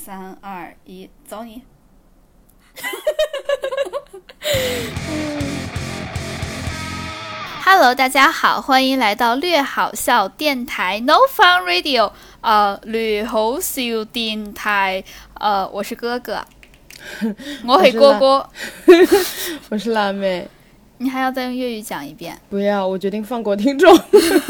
3、2、1，走你！Hello， 大家好，欢迎来到略好笑电台 No Fun Radio， 略好笑電台，我是哥哥，我係哥哥， 我是辣妹。 你还要再用粤语讲一遍？ 不要，我决定放过听众。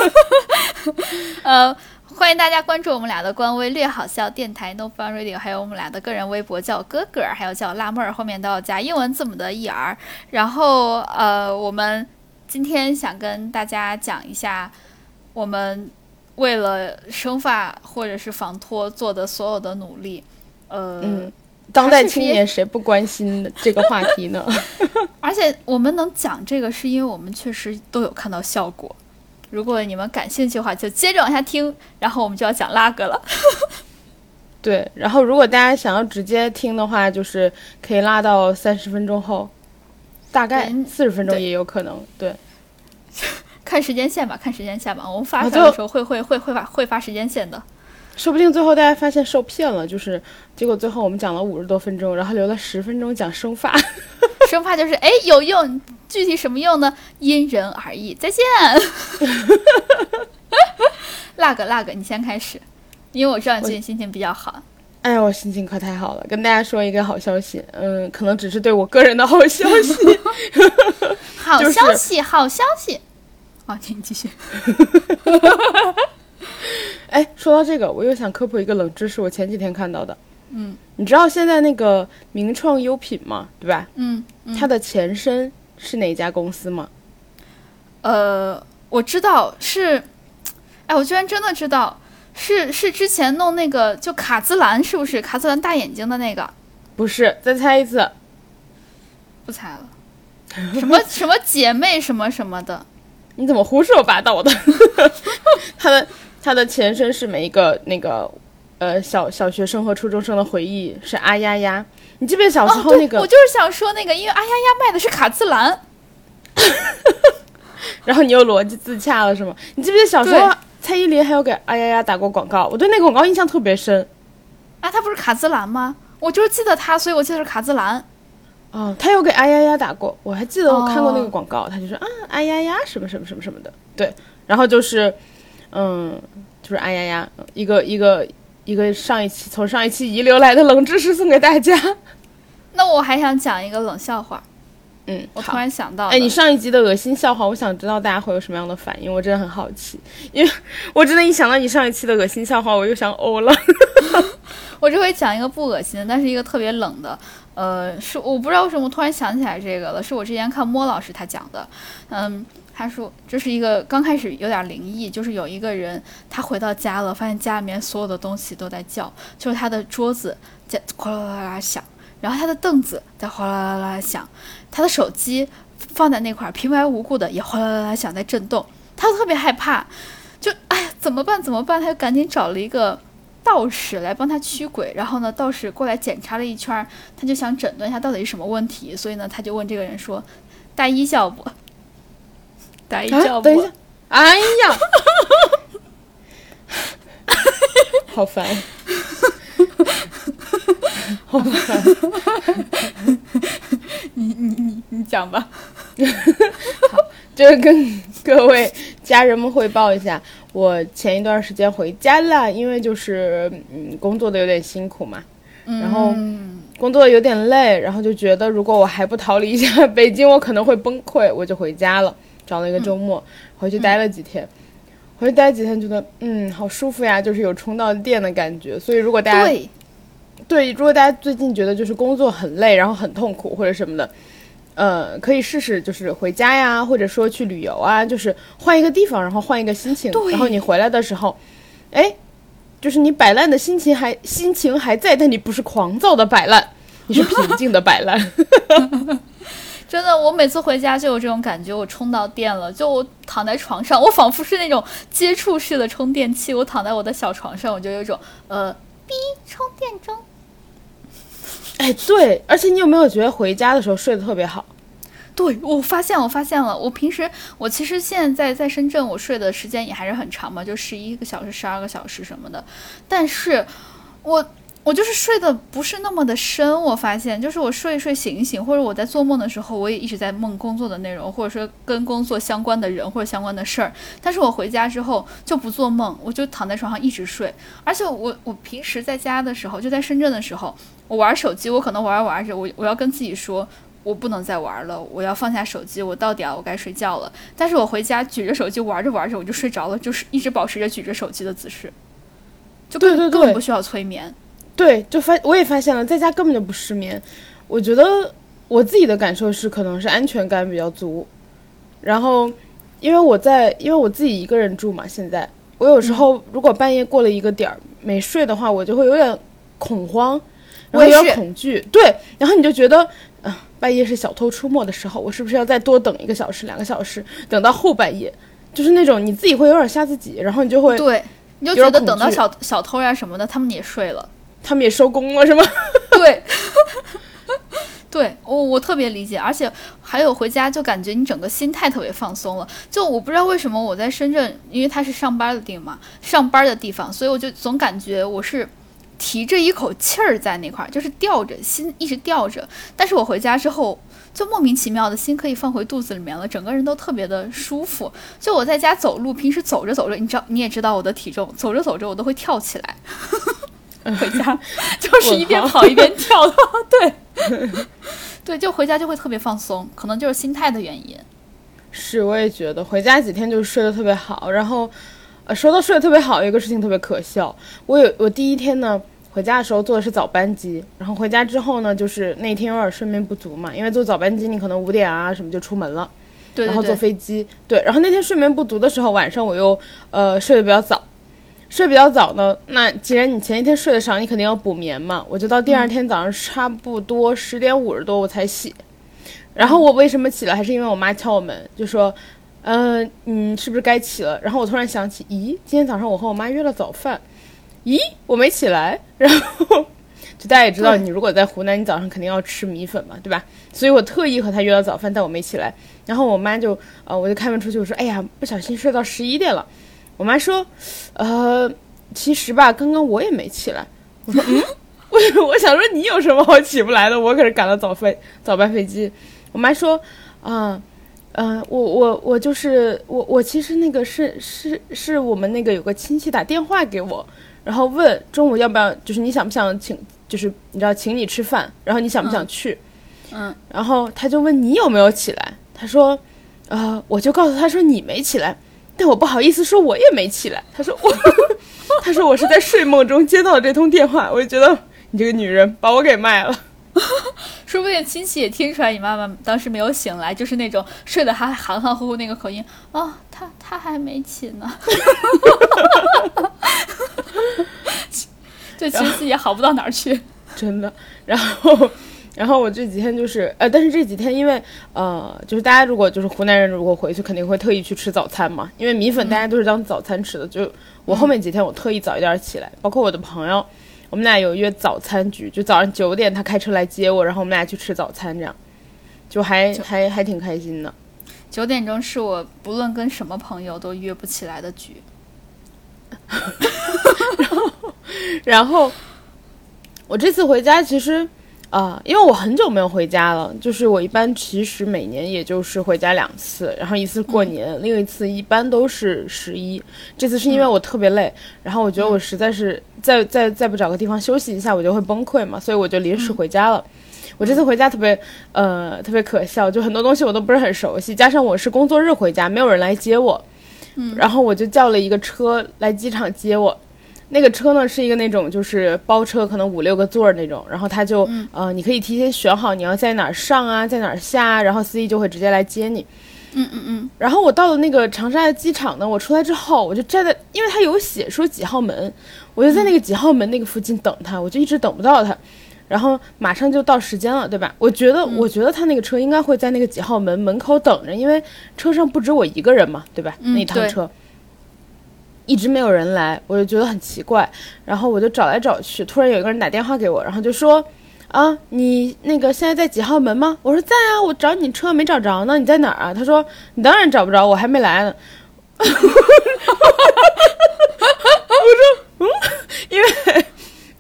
欢迎大家关注我们俩的官微略好笑电台 No Fun Radio， 还有我们俩的个人微博叫哥哥，还有叫辣妹儿，后面都要加英文字母的 ER。然后我们今天想跟大家讲一下我们为了生发或者是防脱做的所有的努力。 当代青年谁不关心这个话题呢？ 而且我们能讲这个是因为我们确实都有看到效果。如果你们感兴趣的话就接着往下听，然后我们就要讲拉格了。 对，然后如果大家想要直接听的话，就是可以拉到30分钟后，大概40分钟也有可能。对， 看时间线吧，看时间线吧，我们发出来的时候会发时间线的。 说不定最后大家发现受骗了，就是结果最后我们讲了50多分钟，然后留了10分钟讲生发。 生发就是有用，具体什么用呢？因人而异。再见。辣个，你先开始，因为我知道你最近心情比较好。 哎呀，我心情可太好了，跟大家说一个好消息，可能只是对我个人的好消息。 好消息，好消息。请你继续。 说到这个，我又想科普一个冷知识，我前几天看到的。你知道现在那个名创优品吗？对吧？它的前身是哪家公司吗？ 我知道是，我居然真的知道，是之前弄那个就卡姿兰，是不是卡姿兰大眼睛的那个？不是，再猜一次。 不猜了。什么姐妹什么什么的。 你怎么胡说八道的？它的前身是每一个那个小学生和初中生的回忆，是阿丫丫。你记不记得小时候那个？ 我就是想说那个，因为阿丫丫卖的是卡姿兰。 然后你又逻辑自洽了是吗？你记不记得小时候蔡依林还有给阿丫丫打过广告？我对那个广告印象特别深。她不是卡姿兰吗？我就是记得她，所以我记得是卡姿兰。 他有给阿丫丫打过，我还记得我看过那个广告，他就说阿丫丫什么什么什么什么的，对，然后就是就是阿丫丫一个从上一期遗留来的冷知识送给大家。 那我还想讲一个冷笑话。我突然想到你上一集的恶心笑话，我想知道大家会有什么样的反应，我真的很好奇，因为我真的一想到你上一期的恶心笑话，我又想呕了。 我这回讲一个不恶心的，但是一个特别冷的。是我不知道为什么我突然想起来这个了，是我之前看莫老师他讲的。他说这是一个刚开始有点灵异，就是有一个人他回到家了，发现家里面所有的东西都在叫，就是他的桌子在哗啦啦啦响，然后他的凳子在哗啦啦啦响，他的手机放在那块平白无故的也哗啦啦啦响在震动，他就特别害怕，就怎么办，他就赶紧找了一个道士来帮他驱鬼，然后呢道士过来检查了一圈，他就想诊断一下到底是什么问题，所以呢他就问这个人说大医叫不？大医叫不？ 等一下，哎呀好烦好烦。 你讲吧。 好，就是跟各位家人们汇报一下，我前一段时间回家了，因为就是工作的有点辛苦嘛，然后工作的有点累，然后就觉得如果我还不逃离一下北京，我可能会崩溃，我就回家了，找了一个周末回去待了几天。回去待几天觉得好舒服呀，就是有充到电的感觉。所以如果大家如果大家最近觉得就是工作很累，然后很痛苦或者什么的，可以试试就是回家呀，或者说去旅游啊，就是换一个地方，然后换一个心情，然后你回来的时候就是你摆烂的心情还在，但你不是狂躁的摆烂，你是平静的摆烂。 真的，我每次回家就有这种感觉，我充到电了，就我躺在床上，我仿佛是那种接触式的充电器，我躺在我的小床上，我就有一种充电中。 对，而且你有没有觉得回家的时候睡得特别好？ 对，我发现了，我其实现在在深圳，我睡的时间也还是很长嘛，就11个小时、12个小时什么的，但是我我就是睡得不是那么的深，我发现就是我睡一睡醒一醒，或者我在做梦的时候，我也一直在梦工作的内容，或者说跟工作相关的人或者相关的事儿。但是我回家之后就不做梦，我就躺在床上一直睡。而且我平时在家的时候，就在深圳的时候，我玩手机，我可能玩着，我要跟自己说，我不能再玩了，我要放下手机，我到点了，我该睡觉了。但是我回家举着手机玩着玩着，我就睡着了，就是一直保持着举着手机的姿势，就根本不需要催眠。 对，我也发现了，在家根本就不失眠。我觉得我自己的感受是，可能是安全感比较足。然后，因为我自己一个人住嘛，现在我有时候如果半夜过了一个点儿没睡的话，我就会有点恐慌，我也有点恐惧。对，然后你就觉得，半夜是小偷出没的时候，我是不是要再多等1个小时、2个小时，等到后半夜，就是那种你自己会有点吓自己，然后你就会对，你就觉得等到小偷呀什么的，他们也睡了。 他们也收工了是吗？ 对，对，我特别理解，而且还有回家就感觉你整个心态特别放松了。就我不知道为什么我在深圳，因为它是上班的地方，所以我就总感觉我是提着一口气儿在那块儿，就是吊着心一直吊着。但是我回家之后，就莫名其妙的心可以放回肚子里面了，整个人都特别的舒服。就我在家走路，平时走着走着，你也知道我的体重，走着走着我都会跳起来。回家就是一边跑一边跳的，对，对，就回家就会特别放松，可能就是心态的原因。 是，我也觉得回家几天就是睡得特别好。然后，说到睡得特别好，有一个事情特别可笑。我第一天呢回家的时候坐的是早班机，然后回家之后呢，就是那天有点睡眠不足嘛，因为坐早班机你可能5点啊什么就出门了， 对， 然后坐飞机，对，然后那天睡眠不足的时候，晚上我又睡得比较早。睡比较早呢，那既然你前一天睡得少，你肯定要补眠嘛。我就到第二天早上差不多10点50多我才洗。然后我为什么起了，还是因为我妈敲我门，就说，是不是该起了？然后我突然想起，咦，今天早上我和我妈约了早饭，咦，我没起来。然后就大家也知道，你如果在湖南，你早上肯定要吃米粉嘛，对吧？所以我特意和她约了早饭，但我没起来。然后我妈就，我就开门出去，我说，哎呀，不小心睡到11点了。我妈说，其实吧，刚刚我也没起来。我说，我想说你有什么好起不来的？我可是赶了早班飞机。我妈说，我就是我其实那个是我们那个有个亲戚打电话给我，然后问中午要不要，就是你想不想请，就是你知道请你吃饭，然后你想不想去？然后他就问你有没有起来，他说，我就告诉他说你没起来。但我不好意思说我也没起来，他说我是在睡梦中接到这通电话，我就觉得你这个女人把我给卖了。 说不定亲戚也听出来你妈妈当时没有醒来，就是那种睡得还含含糊糊那个口音，他还没起呢。对，其实自己也好不到哪儿去， 真的。然后我这几天就是但是这几天因为就是大家如果就是湖南人如果回去肯定会特意去吃早餐嘛，因为米粉大家都是当早餐吃的，就我后面几天我特意早一点起来，包括我的朋友，我们俩有约早餐局，就早上9点他开车来接我，然后我们俩去吃早餐，这样就还挺开心的。 9点钟是我不论跟什么朋友都约不起来的局。 然后我这次回家其实因为我很久没有回家了，就是我一般其实每年也就是回家2次，然后一次过年，另一次一般都是11。这次是因为我特别累，然后我觉得我实在是再不找个地方休息一下，我就会崩溃嘛，所以我就临时回家了。我这次回家特别可笑，就很多东西我都不是很熟悉，加上我是工作日回家，没有人来接我，然后我就叫了一个车来机场接我。那个车呢是一个那种就是包车，可能5、6个座那种，然后他就你可以提前选好你要在哪儿上啊，在哪儿下啊，然后司机就会直接来接你。然后我到了那个长沙的机场呢，我出来之后我就站在，因为他有写说几号门，我就在那个几号门那个附近等他，我就一直等不到他，然后马上就到时间了，对吧？我觉得他那个车应该会在那个几号门口等着，因为车上不止我一个人嘛，对吧？那趟车一直没有人来，我就觉得很奇怪，然后我就找来找去，突然有一个人打电话给我，然后就说你那个现在在几号门吗？我说在啊，我找你车没找着呢，你在哪儿啊？他说你当然找不着，我还没来呢。我说因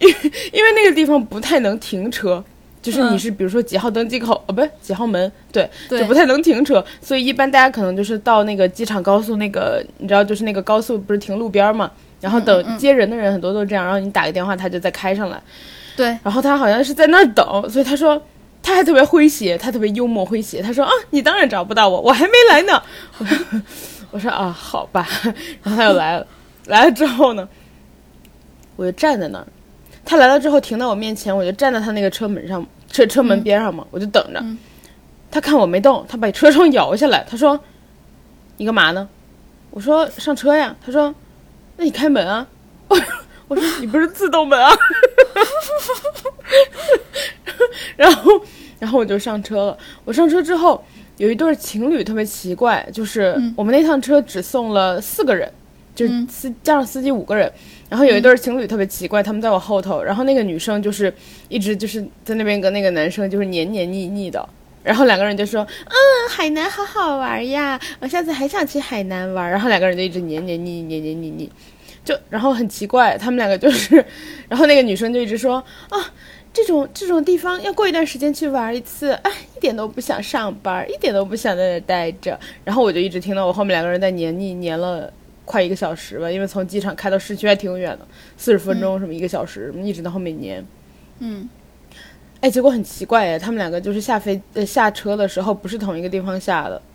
因为那个地方不太能停车，就是你是比如说几号登机口，不是几号门，对，就不太能停车，所以一般大家可能就是到那个机场高速那个，你知道就是那个高速不是停路边嘛，然后等接人的人很多都这样，然后你打个电话他就再开上来。 对， 然后他好像是在那儿等，所以他说他还特别诙谐，他特别幽默诙谐，他说啊，你当然找不到我，我还没来呢。我说啊，好吧。然后他又来了，来了之后呢，我就站在那儿。他来了之后停到我面前，我就站在他那个车门上，车门边上嘛，我就等着。他看我没动，他把车窗摇下来，他说：“你干嘛呢？”我说：“上车呀。”他说：“那你开门啊。”我说：“你不是自动门啊。”然后我就上车了。我上车之后，有一对情侣特别奇怪，就是我们那趟车只送了4个人，就是加上司机5个人。然后有一对情侣特别奇怪，他们在我后头，然后那个女生就是一直就是在那边跟那个男生就是黏黏腻腻的。然后2个人就说：“海南好好玩呀，我下次还想去海南玩。”然后2个人就一直黏黏腻腻。就然后很奇怪，他们2个就是，然后那个女生就一直说啊，这种地方要过一段时间去玩一次，哎，一点都不想上班，一点都不想在那待着。然后我就一直听到我后面2个人在黏了快1个小时吧，因为从机场开到市区还挺远的，40分钟什么1个小时，一直到后面黏。哎，结果很奇怪哎，他们2个就是下车的时候不是同一个地方下的，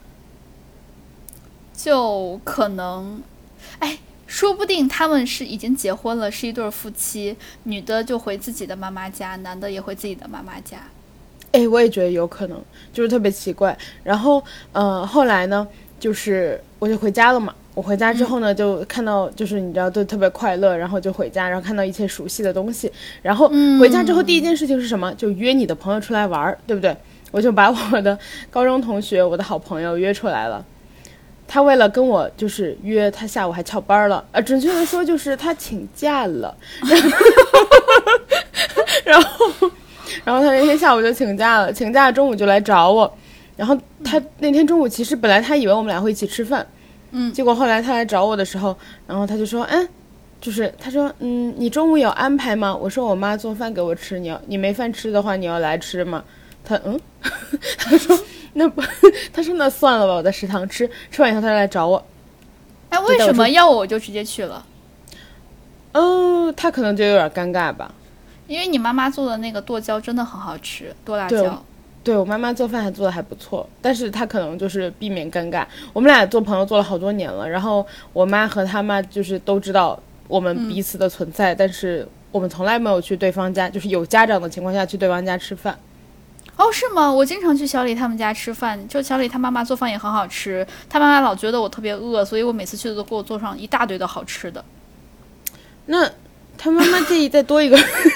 就可能，哎。说不定他们是已经结婚了，是一对夫妻，女的就回自己的妈妈家，男的也回自己的妈妈家。 哎，我也觉得有可能，就是特别奇怪。然后后来呢，就是我就回家了嘛。我回家之后呢，就看到就是你知道都特别快乐，然后就回家，然后看到一切熟悉的东西。然后回家之后第一件事情是什么？就约你的朋友出来玩，对不对？我就把我的高中同学，我的好朋友约出来了。他为了跟我就是约，他下午还翘班了，准确的说就是他请假了。然后他那天下午就请假了，请假中午就来找我。然后他那天中午其实本来他以为我们俩会一起吃饭，结果后来他来找我的时候，然后他就说，就是他说，你中午有安排吗？我说我妈做饭给我吃，你没饭吃的话，你要来吃吗？他他说那不，他说那算了吧，我在食堂吃完以后他就来找我。 哎，为什么要我就直接去了？ 他可能就有点尴尬吧， 因为你妈妈做的那个剁椒真的很好吃，剁辣椒。 对，我妈妈做饭还做的还不错，但是她可能就是避免尴尬。我们俩做朋友做了好多年了，然后我妈和她妈就是都知道我们彼此的存在，但是我们从来没有去对方家，就是有家长的情况下去对方家吃饭。 哦，是吗？我经常去小李他们家吃饭，就小李他妈妈做饭也很好吃，他妈妈老觉得我特别饿，所以我每次去都给我做上一大堆的好吃的。 那他妈妈介意再多一个？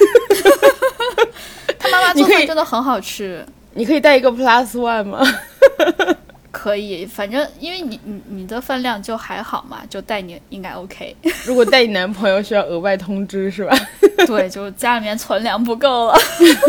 他妈妈做饭真的很好吃。 你可以带一个 +1 吗？ 可以，反正因为你的饭量就还好嘛，就带你应该 OK。 如果带你男朋友需要额外通知是吧？ 对，就家里面存粮不够了。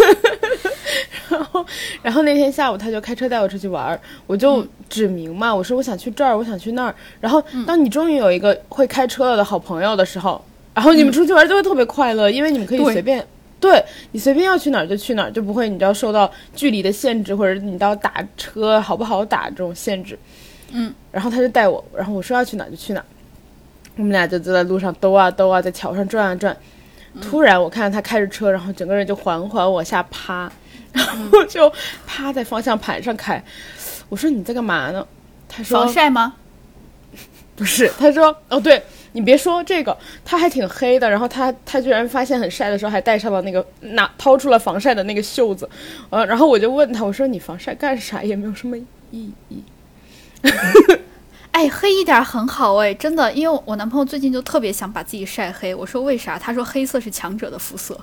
然后那天下午他就开车带我出去玩，我就指明嘛，我说我想去这儿，我想去那儿。然后当你终于有一个会开车了的好朋友的时候，然后你们出去玩就会特别快乐，因为你们可以随便，对，你随便要去哪儿就去哪儿，就不会你知道受到距离的限制，或者你到打车好不好打这种限制。然后他就带我，然后我说要去哪儿就去哪儿，我们俩就在路上兜啊，在桥上转啊转。突然我看到他开着车，然后整个人就缓缓往下趴，然后就趴在方向盘上开。我说你在干嘛呢？他说防晒吗？ 不是，他说哦对，你别说这个，他还挺黑的，然后他居然发现很晒的时候还带上了那个掏出了防晒的那个袖子。然后我就问他，我说你防晒干啥？也没有什么意义。 哎，黑一点很好哎，真的，因为我男朋友最近就特别想把自己晒黑。我说为啥？他说黑色是强者的肤色。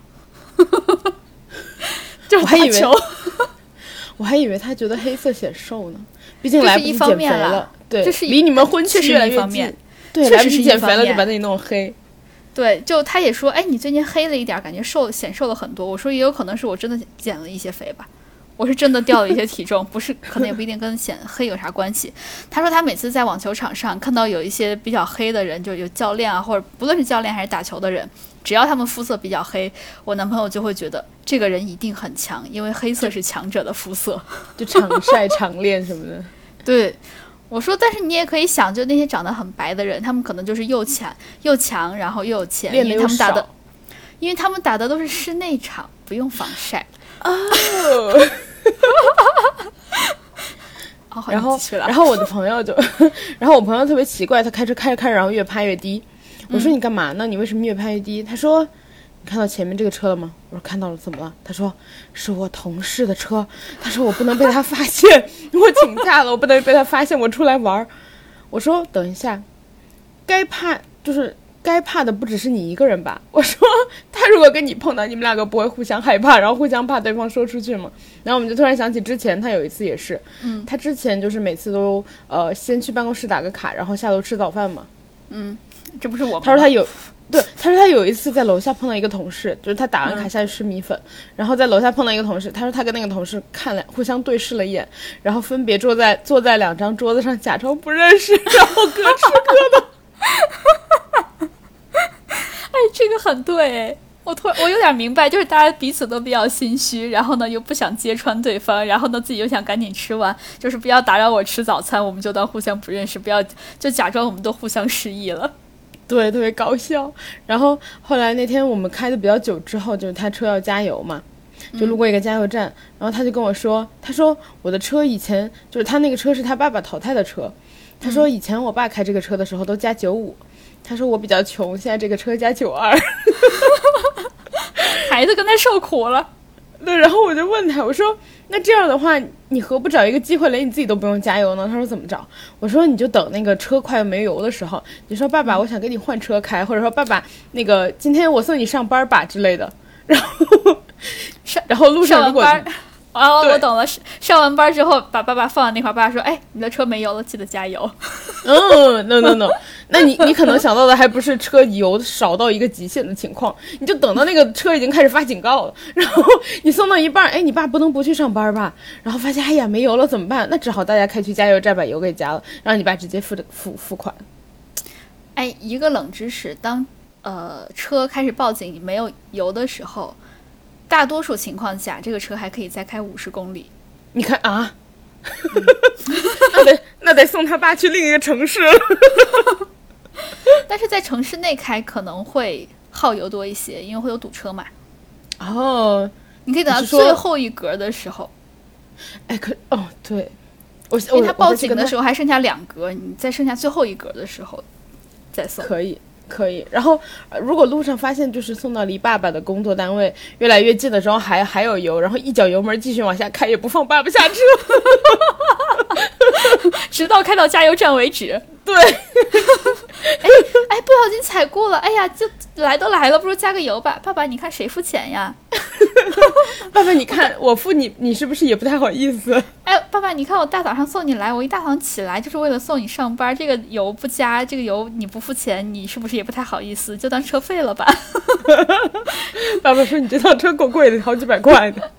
我还以为他觉得黑色显瘦呢，毕竟来不及减肥了。对， 这是离你们婚期越来越近。对，来不及减肥了就把自己弄黑。 对，就他也说，哎，你最近黑了一点，感觉显瘦了很多。我说也有可能是我真的减了一些肥吧。我是真的掉了一些体重，不是，可能也不一定跟显黑有啥关系。他说他每次在网球场上看到有一些比较黑的人，就有教练啊，或者不论是教练还是打球的人， 只要他们肤色比较黑，我男朋友就会觉得这个人一定很强，因为黑色是强者的肤色， 就常晒常练什么的。 对，我说，但是你也可以想，就那些长得很白的人，他们可能就是又强，然后又有钱， 练得又少， 因为他们打的都是室内场，不用防晒。 哦。 哦， 然后我的朋友就，然后我朋友特别奇怪，他开车开着，然后越拍越低。我说你干嘛呢？你为什么越拍越低？他说你看到前面这个车了吗？我说看到了，怎么了？他说是我同事的车。他说我不能被他发现，我请假了，我不能被他发现我出来玩。我说等一下，该怕的不只是你一个人吧？我说他如果跟你碰到，你们两个不会互相害怕，然后互相怕对方说出去吗？然后我们就突然想起之前他有一次也是，他之前就是每次都先去办公室打个卡，然后下楼吃早饭嘛。 这不是我吗？ 他说他有一次在楼下碰到一个同事，就是他打完卡下去吃米粉，然后在楼下碰到一个同事，他说他跟那个同事互相对视了一眼，然后分别坐在两张桌子上假装不认识，然后各吃各的。 哎，这个很对，我有点明白，就是大家彼此都比较心虚，然后呢又不想揭穿对方，然后呢自己又想赶紧吃完，就是不要打扰我吃早餐，我们就当互相不认识，不要就假装我们都互相失忆了。 对，特别搞笑。然后后来那天我们开的比较久之后，就是他车要加油嘛，就路过一个加油站，然后他就跟我说，他说我的车以前就是他那个车是他爸爸淘汰的车，他说以前我爸开这个车的时候都加95，他说我比较穷，现在这个车加92。 孩子跟他受苦了。 对，然后我就问他，我说那这样的话你何不找一个机会连你自己都不用加油呢？他说怎么找？我说你就等那个车快没油的时候，你说爸爸我想跟你换车开，或者说爸爸那个今天我送你上班吧之类的。然后路上如果我懂了，上完班之后把爸爸放在那块，爸爸说哎你的车没油了，记得加油。 no， 那你可能想到的还不是车油少到一个极限的情况，你就等到那个车已经开始发警告了，然后你送到一半，哎，你爸不能不去上班吧？然后发现哎呀没油了怎么办？那只好大家开去加油站把油给加了，让你爸直接付款。 哎，一个冷知识，当车开始报警没有油的时候，大多数情况下这个车还可以再开50公里。 你看啊。那得送他爸去另一个城市了。 但是在城市内开可能会耗油多一些，因为会有堵车嘛。 哦， 你可以等到最后一格的时候。 哎，对， 因为他报警的时候还剩下2格，你在剩下最后一格的时候再送。 可以，然后如果路上发现就是送到离爸爸的工作单位越来越近的时候还有油，然后一脚油门继续往下开，也不放爸爸下车。 直到开到加油站为止。 对。 哎，不小心踩过了，哎呀，就来都来了，不如加个油吧。爸爸你看谁付钱呀？ 爸爸你看我付你是不是也不太好意思？ 哎，爸爸你看我大早上送你来，我一大早起来就是为了送你上班，这个油不加，这个油你不付钱，你是不是也不太好意思？就当车费了吧。 爸爸说你这趟车够贵的，好几百块的。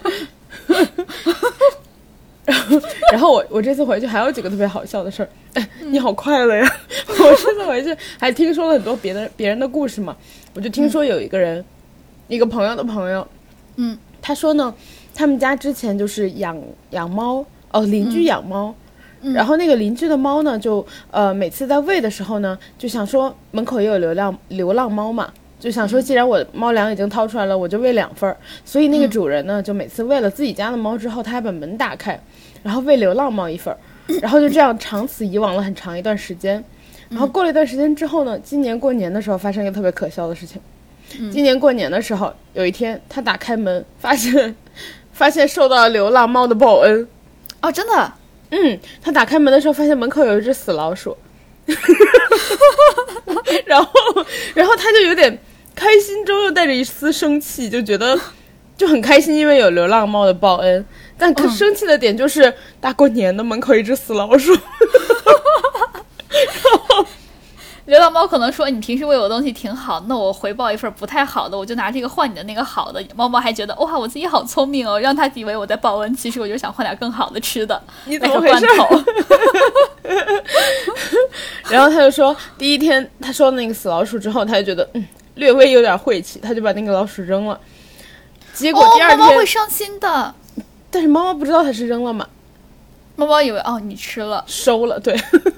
然后我这次回去还有几个特别好笑的事儿。哎，你好快乐呀！我这次回去还听说了很多别人的故事嘛。我就听说有一个人，一个朋友的朋友，他说呢，他们家之前就是养猫，邻居养猫，然后那个邻居的猫呢，就每次在喂的时候呢，就想说门口也有流浪猫嘛。就想说既然我猫粮已经掏出来了，我就喂2份，所以那个主人呢，就每次喂了自己家的猫之后，他还把门打开，然后喂流浪猫1份，然后就这样长此以往了很长一段时间。然后过了一段时间之后呢，今年过年的时候发生一个特别可笑的事情。今年过年的时候，有一天他打开门，发现受到了流浪猫的报恩。 哦，真的？ 他打开门的时候发现门口有一只死老鼠。然后他就有点开心中又带着一丝生气，就觉得就很开心，因为有流浪猫的报恩，但生气的点就是大过年的门口一只死老鼠。 流浪猫可能说你平时喂我的东西挺好，那我回报一份不太好的，我就拿这个换你的那个好的。猫猫还觉得哇我自己好聪明哦，让它以为我在报恩，其实我就想换点更好的吃的。 你怎么回事？然后他就说第一天他说那个死老鼠之后，他就觉得略微有点晦气，他就把那个老鼠扔了。结果第二天， 猫猫会伤心的。 但是猫猫不知道它是扔了嘛， 猫猫以为你吃了， 收了，对。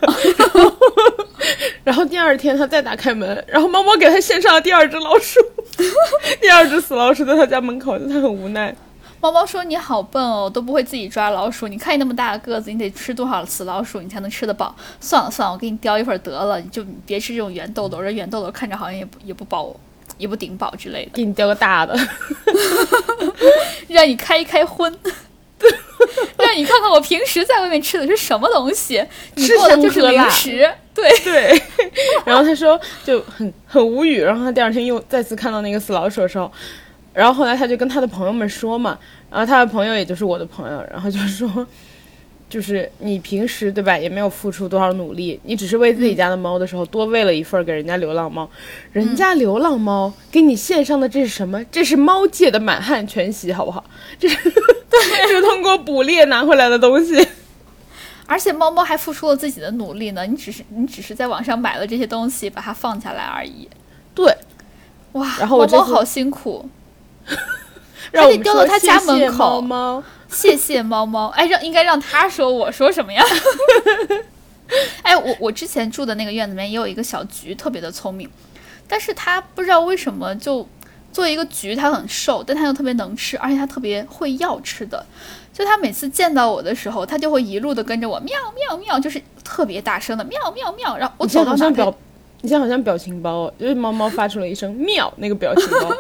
然后第二天它再打开门，然后猫猫给它献上了第二只老鼠，第二只死老鼠在它家门口，它很无奈。 猫猫说：“你好笨哦，都不会自己抓老鼠。你看你那么大的个子，你得吃多少死老鼠你才能吃得饱？算了算了，我给你叼一份得了，你别吃这种圆豆豆，这圆豆豆看着好像也不饱，也不顶饱之类的。 给你叼个大的， 让你开一开荤。”让你看看我平时在外面吃的是什么东西，你过的就是零食。 对。然后他说就很无语，然后他第二天又再次看到那个死老鼠的时候，然后后来他就跟他的朋友们说嘛，然后他的朋友也就是我的朋友，然后就说就是你平时对吧也没有付出多少努力，你只是喂自己家的猫的时候多喂了一份给人家流浪猫，人家流浪猫给你献上的这是什么？这是猫界的满汉全席，好不好？这是通过捕猎拿回来的东西。 而且猫猫还付出了自己的努力呢，你只是在网上买了这些东西把它放下来而已。 对， 哇， 然后我猫猫好辛苦。 让我们还得丢到他家门口。 谢谢猫猫， 谢谢猫猫。哎，应该让他说，我说什么呀？哎，我之前住的那个院子里面也有一个小菊，特别的聪明，但是他不知道为什么就作为一个菊，他很瘦，但他又特别能吃，而且他特别会要吃的。就他每次见到我的时候，他就会一路的跟着我喵喵喵，就是特别大声的喵喵喵。然后我走到哪， 你现在好像表情包，就是猫猫发出了一声喵那个表情包。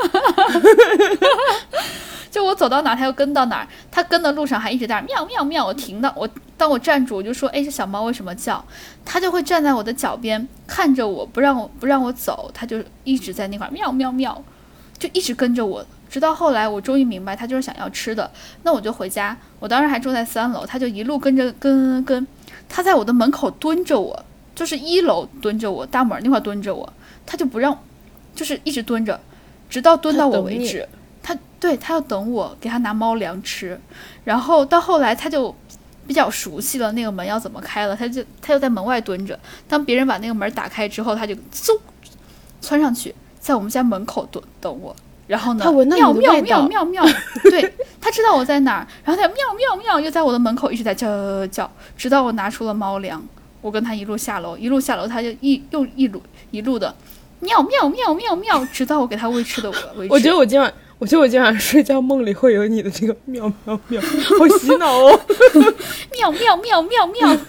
就我走到哪，它又跟到哪儿。它跟的路上还一直在那喵喵喵。当我站住，我就说：“哎，这小猫为什么叫？”它就会站在我的脚边，看着我，不让我走。它就一直在那块喵喵喵，就一直跟着我。直到后来，我终于明白，它就是想要吃的。那我就回家。我当时还住在3楼，它就一路跟着跟。它在我的门口蹲着我，就是1楼蹲着我，大门那块蹲着我。它就不让，就是一直蹲着，直到蹲到我为止。他要等我给他拿猫粮吃，然后到后来他就比较熟悉了那个门要怎么开了，他就在门外蹲着。当别人把那个门打开之后，他就嗖窜上去，在我们家门口等我。然后呢，喵喵喵喵喵，对，他知道我在哪儿，然后他喵喵喵又在我的门口一直在叫，直到我拿出了猫粮，我跟他一路下楼，他就一路的喵喵喵喵喵，直到我给他喂吃的为止。 我觉得我今晚睡觉梦里会有你的这个喵喵喵，好洗脑哦！ 喵喵喵喵喵。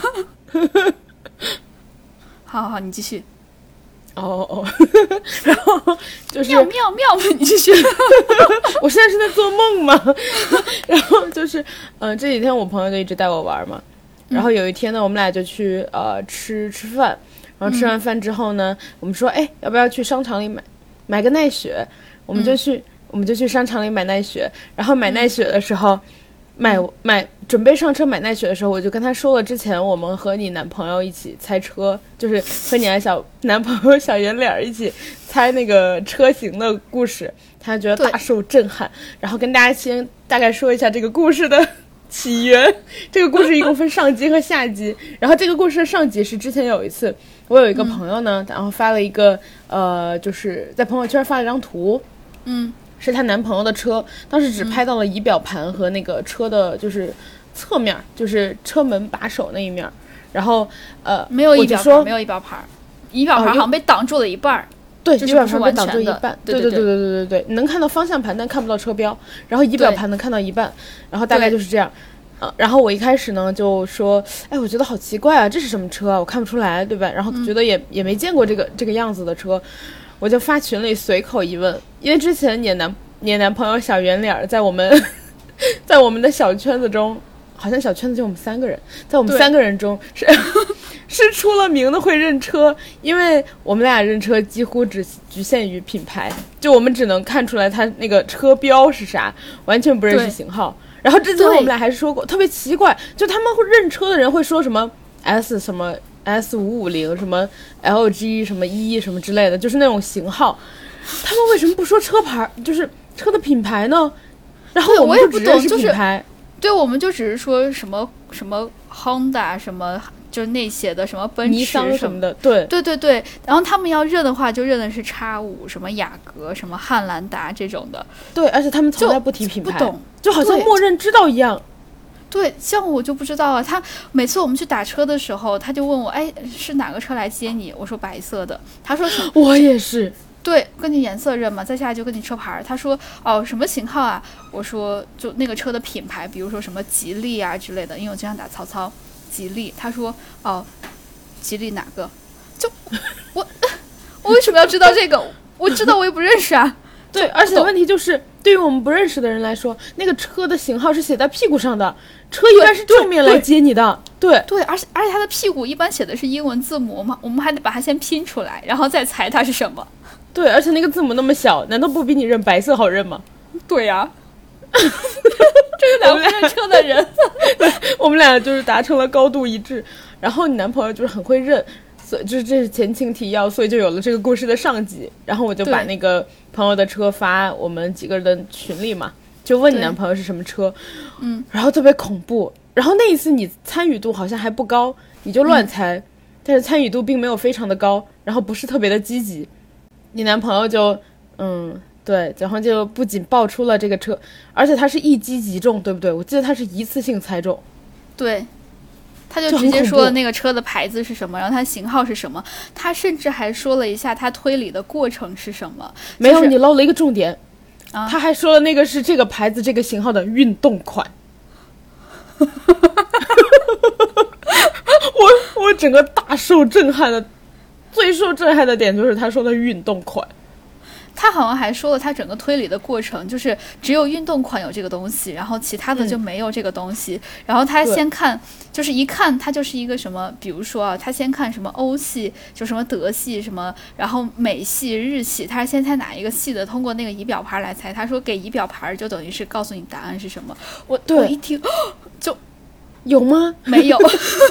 好，你继续。 哦，然后就是喵喵喵，你继续。 我现在是在做梦吗？然后就是这几天我朋友就一直带我玩嘛，然后有一天呢，我们俩就去吃饭，然后吃完饭之后呢，我们说要不要去商场里买个奈雪，我们就去商场里买奈雪，然后买奈雪的时候，准备上车买奈雪的时候，我就跟他说了之前我们和你男朋友一起猜车，就是和你的男朋友小圆脸一起猜那个车型的故事，他觉得大受震撼。然后跟大家先大概说一下这个故事的起源。这个故事一共分上集和下集，然后这个故事的上集是之前有一次我有一个朋友呢，然后发了一个就是在朋友圈发了一张图，是她男朋友的车，当时只拍到了仪表盘和那个车的就是侧面，就是车门把手那一面，然后没有仪表盘，没有仪表盘，仪表盘好像被挡住了一半。 对， 仪表盘被挡住一半。 对， 你能看到方向盘但看不到车标，然后仪表盘能看到一半，然后大概就是这样。然后我一开始呢就说，我觉得好奇怪啊，这是什么车啊？我看不出来，对吧？然后觉得也没见过这个样子的车。我就发群里随口一问，因为之前你男朋友小圆脸在我们的小圈子中，好像小圈子就我们3个人，在我们3个人中是出了名的会认车，因为我们俩认车几乎只局限于品牌，就我们只能看出来它那个车标是啥，完全不认识型号。然后之前我们俩还说过特别奇怪，就他们会认车的人会说什么 S 什么S550什么 LG 什么1什么之类的，就是那种型号，他们为什么不说车牌，就是车的品牌呢？然后我们就只认识品牌， 对，我们就只是说什么 Honda 什么就是那些的什么奔尼驰桑的，对对对对，然后他们要认的话就认的是X5什么雅阁什么汉兰达这种的， 对，而且他们从来不提品牌， 不懂， 就好像默认知道一样。 对，像我就不知道啊。他每次我们去打车的时候，他就问我，哎，是哪个车来接你？我说白色的。他说什么？ 我也是。 对，跟你颜色认嘛，再下来就跟你车牌。他说哦，什么型号啊？我说就那个车的品牌，比如说什么吉利啊之类的，因为我经常打曹操，吉利。他说哦，吉利哪个？就我为什么要知道这个？我知道我也不认识啊。 对，而且问题就是，对于我们不认识的人来说，那个车的型号是写在屁股上的，车一般是正面来接你的。对， 而且它的屁股一般写的是英文字母嘛，我们还得把它先拼出来，然后再猜它是什么。 对，而且那个字母那么小，难道不比你认白色好认吗？ 对呀、这个两个不认车的人， 我们俩就是达成了高度一致。然后你男朋友就是很会认。这是前情提要，所以就有了这个故事的上集。然后我就把那个朋友的车发我们几个人的群里嘛，就问你男朋友是什么车，然后特别恐怖。然后那一次你参与度好像还不高，你就乱猜，但是参与度并没有非常的高，然后不是特别的积极。你男朋友就对，然后就不仅爆出了这个车，而且他是一击即中，对不对？我记得他是一次性猜中。 对。他就直接说了那个车的牌子是什么，然后它型号是什么，他甚至还说了一下他推理的过程是什么。 没有，你漏了一个重点，他还说了那个是这个牌子这个型号的运动款。我整个大受震撼的，最受震撼的点就是他说的运动款。 他好像还说了他整个推理的过程，就是只有运动款有这个东西，然后其他的就没有这个东西。然后他先看，就是一看他就是一个什么，比如说啊，他先看什么欧系，就什么德系什么，然后美系、日系，他是先猜哪一个系的，通过那个仪表盘来猜。他说给仪表盘就等于是告诉你答案是什么。我一听就有吗？ 没有。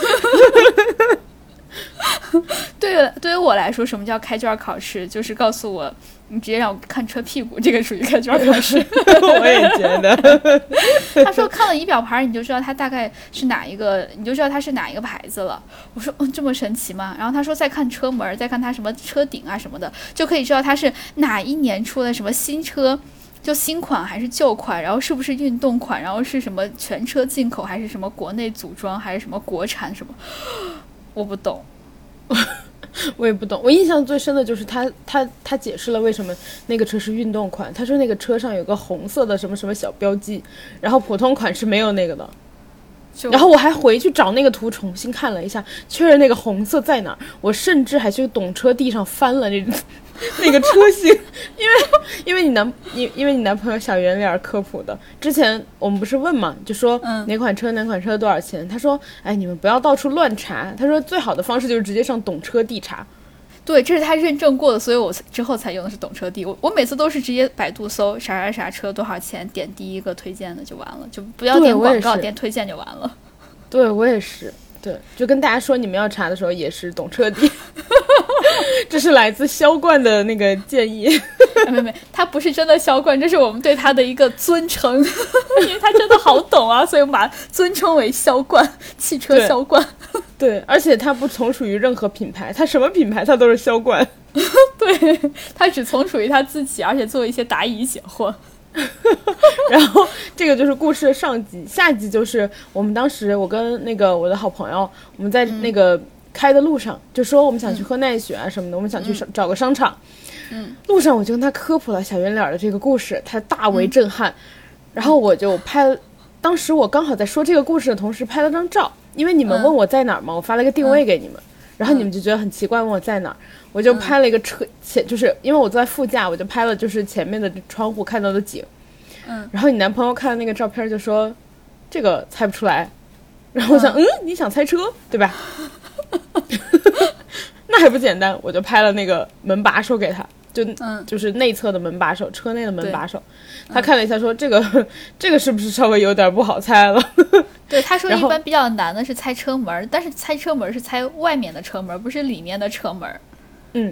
对于我来说，什么叫开卷考试？就是告诉我，你直接让我看车屁股，这个属于开卷考试。 我也觉得。 他说看了仪表盘，你就知道它大概是哪一个，你就知道它是哪一个牌子了。我说，这么神奇吗？然后他说再看车门，再看它什么车顶啊什么的，就可以知道它是哪一年出的什么新车。就新款还是旧款，然后是不是运动款，然后是什么全车进口还是什么国内组装还是什么国产什么，我不懂。 我也不懂。我印象最深的就是他解释了为什么那个车是运动款。他说那个车上有个红色的什么什么小标记，然后普通款是没有那个的。然后我还回去找那个图重新看了一下，确认那个红色在哪儿。我甚至还去懂车帝上翻了那个车型，因为你男朋友小圆脸科普的。之前我们不是问嘛，就说哪款车多少钱？他说，哎，你们不要到处乱查。他说最好的方式就是直接上懂车帝查。 对，这是他认证过的，所以我之后才用的是懂车帝。我每次都是直接百度搜啥车多少钱，点第一个推荐的就完了，就不要点广告，点推荐就完了。 对，我也是。对，就跟大家说你们要查的时候也是懂车帝。这是来自销冠的那个建议。 没，他不是真的销冠，这是我们对他的一个尊称。因为他真的好懂啊，所以我们把他尊称为销冠，汽车销冠。 对，而且他不从属于任何品牌，他什么品牌他都是销冠。 对，他只从属于他自己，而且做一些答疑解惑。 然后这个就是故事的上集，下集就是我们当时我跟那个我的好朋友，我们在那个开的路上就说我们想去喝奈雪啊什么的，我们想去找个商场。路上我就跟他科普了小圆脸的这个故事，他大为震撼。然后我就当时我刚好在说这个故事的同时拍了张照，因为你们问我在哪儿嘛，我发了一个定位给你们，然后你们就觉得很奇怪，问我在哪儿，我就拍了一个车就是因为我坐在副驾，我就拍了就是前面的窗户看到的景。然后你男朋友看到那个照片就说这个猜不出来，然后我想你想猜车对吧？那还不简单，我就拍了那个门把手给他，就是内侧的门把手，车内的门把手。他看了一下说这个是不是稍微有点不好猜了？ 对，他说一般比较难的是猜车门，但是猜车门是猜外面的车门，不是里面的车门。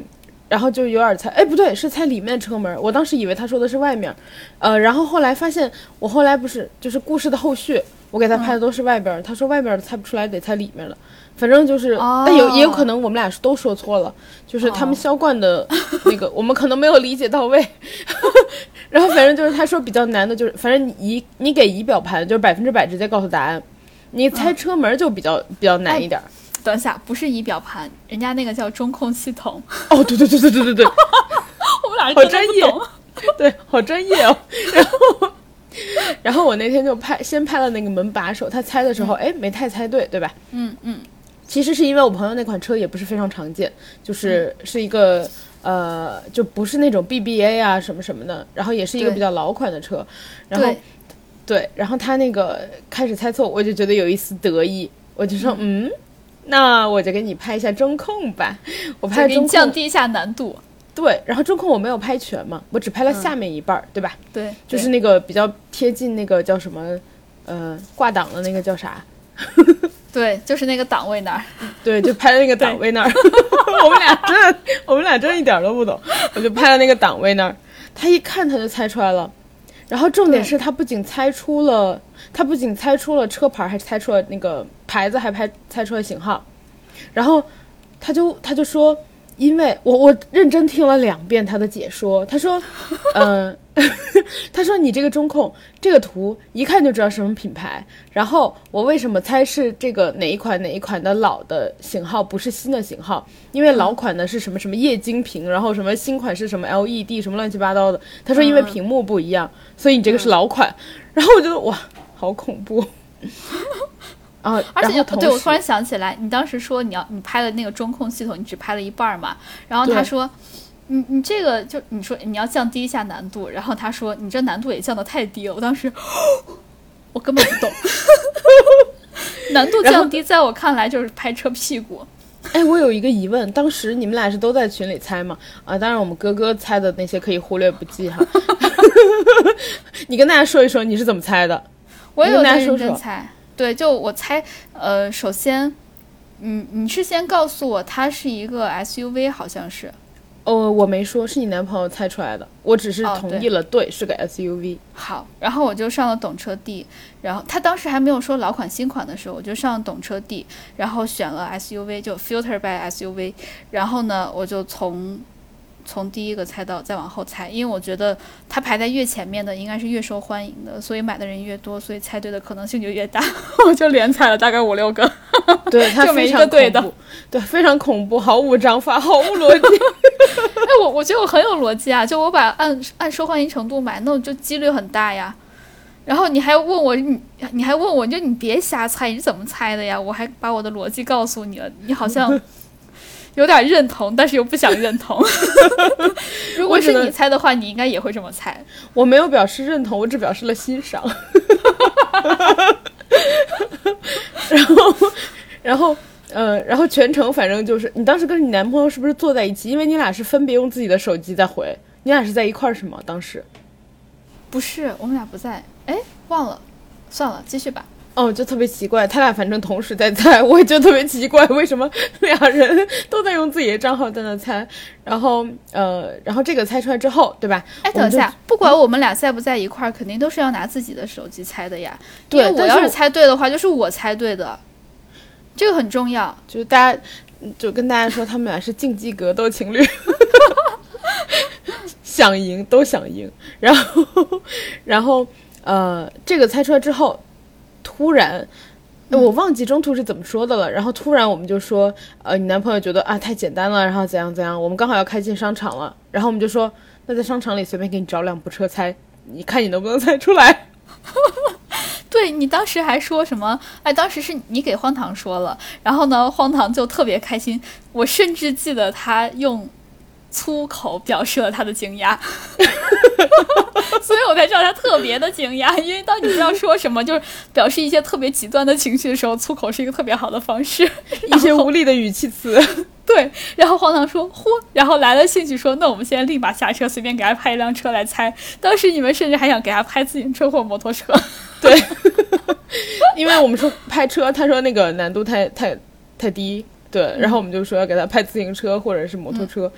然后就有点猜，哎，不对，是猜里面的车门。我当时以为他说的是外面，然后后来发现，我后来不是就是故事的后续，我给他拍的都是外边，他说外边的猜不出来，得猜里面的。反正就是，但也有可能我们俩都说错了，就是他们销冠的那个，我们可能没有理解到位。然后反正就是他说比较难的，就是反正你给仪表盘就是100%直接告诉答案，你猜车门就比较难一点。 等一下，不是仪表盘，人家那个叫中控系统。 哦，对， 我们俩好专业，对，好专业哦。然后我那天就先拍了那个门把手，他猜的时候，哎，没太猜对，对吧？其实是因为我朋友那款车也不是非常常见，就是是一个就不是那种 BBA 啊什么什么的，然后也是一个比较老款的车，然后对，然后他那个开始猜错，我就觉得有一丝得意，我就说那我就给你拍一下中控吧，我拍中控， 给你降低一下难度。 对，然后中控我没有拍全嘛，我只拍了下面一半，对吧？ 对， 就是那个比较贴近那个叫什么挂档的那个叫啥？ 对，就是那个档位那儿。 对，就拍了那个档位那儿。我们俩真一点都不懂，我就拍了那个档位那儿。他一看他就猜出来了，然后重点是他不仅猜出了车牌，还猜出了那个牌子，还猜出了型号。然后他就说，因为我认真听了2遍他的解说，他说他说你这个中控这个图一看就知道什么品牌，然后我为什么猜是这个哪一款的老的型号，不是新的型号，因为老款的是什么什么液晶屏，然后什么新款是什么 LED 什么乱七八糟的，他说因为屏幕不一样，所以你这个是老款。然后我觉得哇好恐怖啊！ 而且对，我突然时想起来，你当时说你拍的那个中控系统，你只拍了一半嘛？然后他说，你这个就你说你要降低一下难度，然后他说你这难度也降得太低了。我当时我根本不懂，难度降低在我看来就是拍车屁股。 哎，我有一个疑问，当时你们俩是都在群里猜吗？啊，当然我们哥哥猜的那些可以忽略不计哈。你跟大家说一说你是怎么猜的？ 我也有在认真猜。对，就我猜，首先，你是先告诉我它是一个 SUV， 好像是。 我没说，是你男朋友猜出来的，我只是同意了，对，是个 SUV。 好，然后我就上了懂车帝，然后他当时还没有说老款新款的时候，我就上了懂车帝，然后选了 SUV， 就 Filter by SUV， 然后呢，我就从第一个猜到再往后猜，因为我觉得它排在越前面的应该是越受欢迎的，所以买的人越多，所以猜对的可能性就越大。我就连猜了大概5-6个， 对，它非常对的，对，非常恐怖，毫无章法，毫无逻辑。 哎，我觉得我很有逻辑啊，就我把按受欢迎程度买，那我就几率很大呀。然后你还问我，你还问我，就你别瞎猜，你是怎么猜的呀？我还把我的逻辑告诉你了，你好像有点认同，但是又不想认同。如果是你猜的话，你应该也会这么猜。 我没有表示认同，我只表示了欣赏。然后全程反正就是，你当时跟你男朋友是不是坐在一起？因为你俩是分别用自己的手机在回，你俩是在一块儿是吗？当时不是，我们俩不在。哎，忘了，算了，继续吧。 哦，就特别奇怪，他俩反正同时在猜，我也觉得特别奇怪，为什么俩人都在用自己的账号在那猜？然后这个猜出来之后，对吧？ 哎，等一下，不管我们俩在不在一块儿，肯定都是要拿自己的手机猜的呀。 对， 因为我要是猜对的话，就是我猜对的，这个很重要。 就是大家就跟大家说，他们俩是竞技格斗情侣。想赢都想赢，然后这个猜出来之后，突然我忘记中途是怎么说的了，然后突然我们就说你男朋友觉得啊太简单了，然后怎样怎样，我们刚好要开进商场了，然后我们就说那在商场里随便给你找2部车猜，你看你能不能猜出来。 对，你当时还说什么？哎，当时是你给荒唐说了，然后呢，荒唐就特别开心，我甚至记得他用粗口表示了他的惊讶。所以我才知道他特别的惊讶，因为当你不知道说什么，就是表示一些特别极端的情绪的时候，粗口是一个特别好的方式。 一些无力的语气词。 对，然后荒唐说嚯，然后来了兴趣说那我们现在立马下车，随便给他拍一辆车来猜。当时你们甚至还想给他拍自行车或摩托车。 对。因为我们说拍车，他说那个难度太低，对，然后我们就说要给他拍自行车或者是摩托车。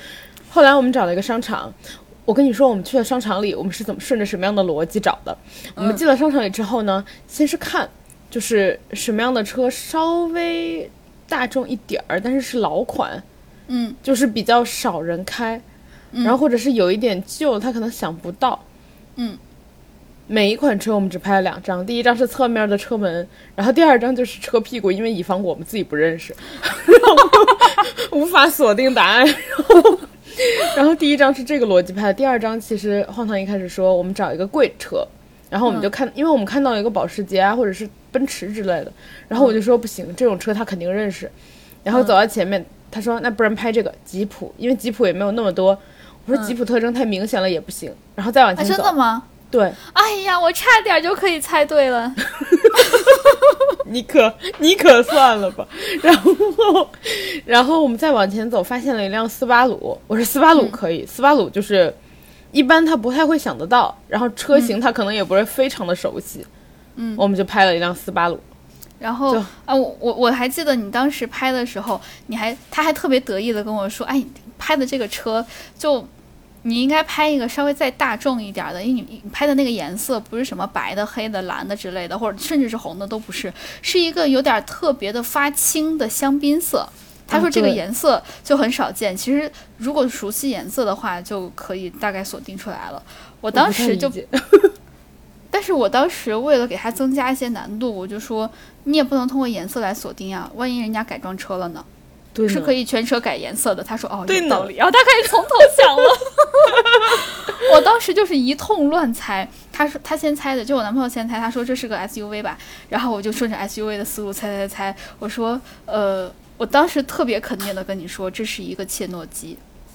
后来我们找了一个商场，我跟你说我们去了商场里，我们是怎么顺着什么样的逻辑找的。我们进了商场里之后呢，先是看就是什么样的车稍微大众一点儿，但是是老款，就是比较少人开，然后或者是有一点旧，他可能想不到，每一款车我们只拍了2张，第一张是侧面的车门，然后第2张就是车屁股，因为以防我们自己不认识，无法锁定答案。然后第一张是这个逻辑拍的，第2张其实荒唐一开始说我们找一个贵车，然后我们就看，因为我们看到有一个保时捷啊或者是奔驰之类的，然后我就说不行，这种车他肯定认识，然后走到前面，他说那不然拍这个吉普，因为吉普也没有那么多，我说吉普特征太明显了也不行，然后再往前走。 真的吗？ 对， 哎呀，我差点就可以猜对了。 你可算了吧。然后我们再往前走，发现了一辆斯巴鲁。我说斯巴鲁可以，斯巴鲁就是一般他不太会想得到，然后车型他可能也不是非常的熟悉。我们就拍了一辆斯巴鲁。 然后啊，我还记得你当时拍的时候，他还特别得意的跟我说，哎，你拍的这个车就。你应该拍一个稍微再大众一点的，因为你拍的那个颜色不是什么白的、黑的、蓝的之类的，或者甚至是红的都不是，是一个有点特别的发青的香槟色。他说这个颜色就很少见，其实如果熟悉颜色的话，就可以大概锁定出来了。我当时就，但是我当时为了给他增加一些难度，我就说你也不能通过颜色来锁定啊，万一人家改装车了呢？是可以全车改颜色的。他说哦，有道理，然后他开始从头想了。我当时就是一通乱猜，他说他先猜的，就我男朋友先猜，他说这是个 SUV 吧，然后我就顺着 SUV 的思路猜，我说我当时特别肯定的跟你说这是一个切诺基，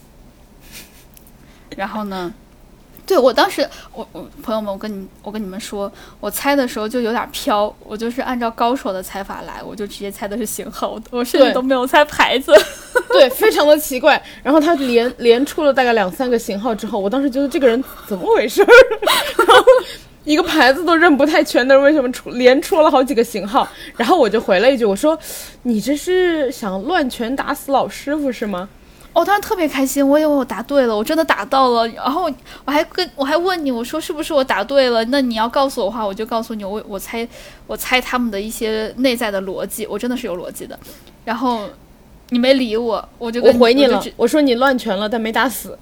然后呢对，我当时我朋友们，我跟你们说，我猜的时候就有点飘，我就是按照高手的猜法来，我就直接猜的是型号，我甚至都没有猜牌子。 对，非常的奇怪。然后他连出了大概2-3个型号之后，我当时觉得这个人怎么回事？然后一个牌子都认不太全的人，为什么连出了好几个型号？然后我就回了一句，我说你这是想乱拳打死老师傅是吗？ 我当时特别开心，我以为我答对了，我真的答到了。然后我还问你，我说是不是我答对了？那你要告诉我的话，我就告诉你，我猜他们的一些内在的逻辑，我真的是有逻辑的。然后你没理我，我回你了，我说你乱拳了，但没打死。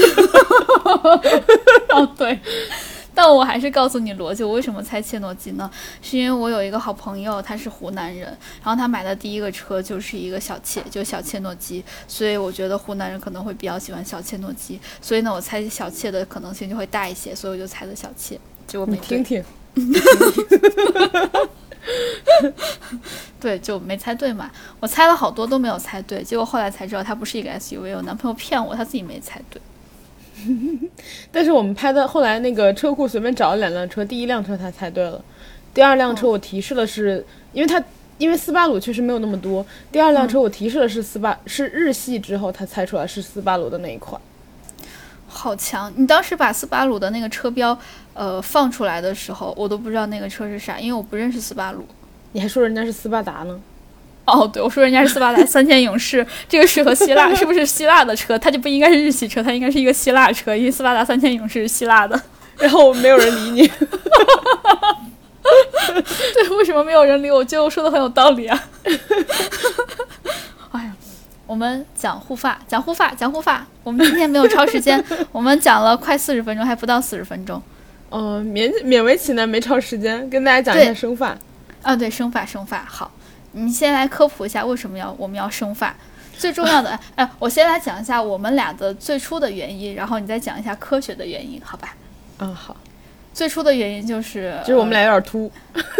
哦，对。但我还是告诉你逻辑，我为什么猜切诺基呢？是因为我有一个好朋友，他是湖南人，然后他买的第一个车就是一个小切诺基，所以我觉得湖南人可能会比较喜欢小切诺基，所以呢，我猜小切的可能性就会大一些，所以我就猜的小切，结果没对。 你听听。 对，就没猜对嘛。我猜了好多都没有猜对，结果后来才知道它不是一个 SUV， 我男朋友骗我，他自己没猜对。 但是我们拍的后来那个车库随便找了2辆车，第1辆车他猜对了，第2辆车我提示的是，因为斯巴鲁确实没有那么多，第2辆车我提示的是是日系之后他猜出来是斯巴鲁的那一款。 好强！你当时把斯巴鲁的那个车标放出来的时候，我都不知道那个车是啥，因为我不认识斯巴鲁。 你还说人家是斯巴达呢？ 哦，对，我说人家是斯巴达3000勇士，这个适合希腊，是不是希腊的车？它就不应该是日系车，它应该是一个希腊车，因为斯巴达3000勇士是希腊的。 然后没有人理你。 对，为什么没有人理我？觉得我说的很有道理啊。哎呀，我们讲护发。我们今天没有超时间，我们讲了快40分钟，还不到40分钟。 勉为其难没超时间，跟大家讲一下生发。 对，生发好。你先来科普一下为什么我们要生发，最重要的我先来讲一下我们俩的最初的原因，然后你再讲一下科学的原因，好吧？ 好。 最初的原因就是我们俩有点秃。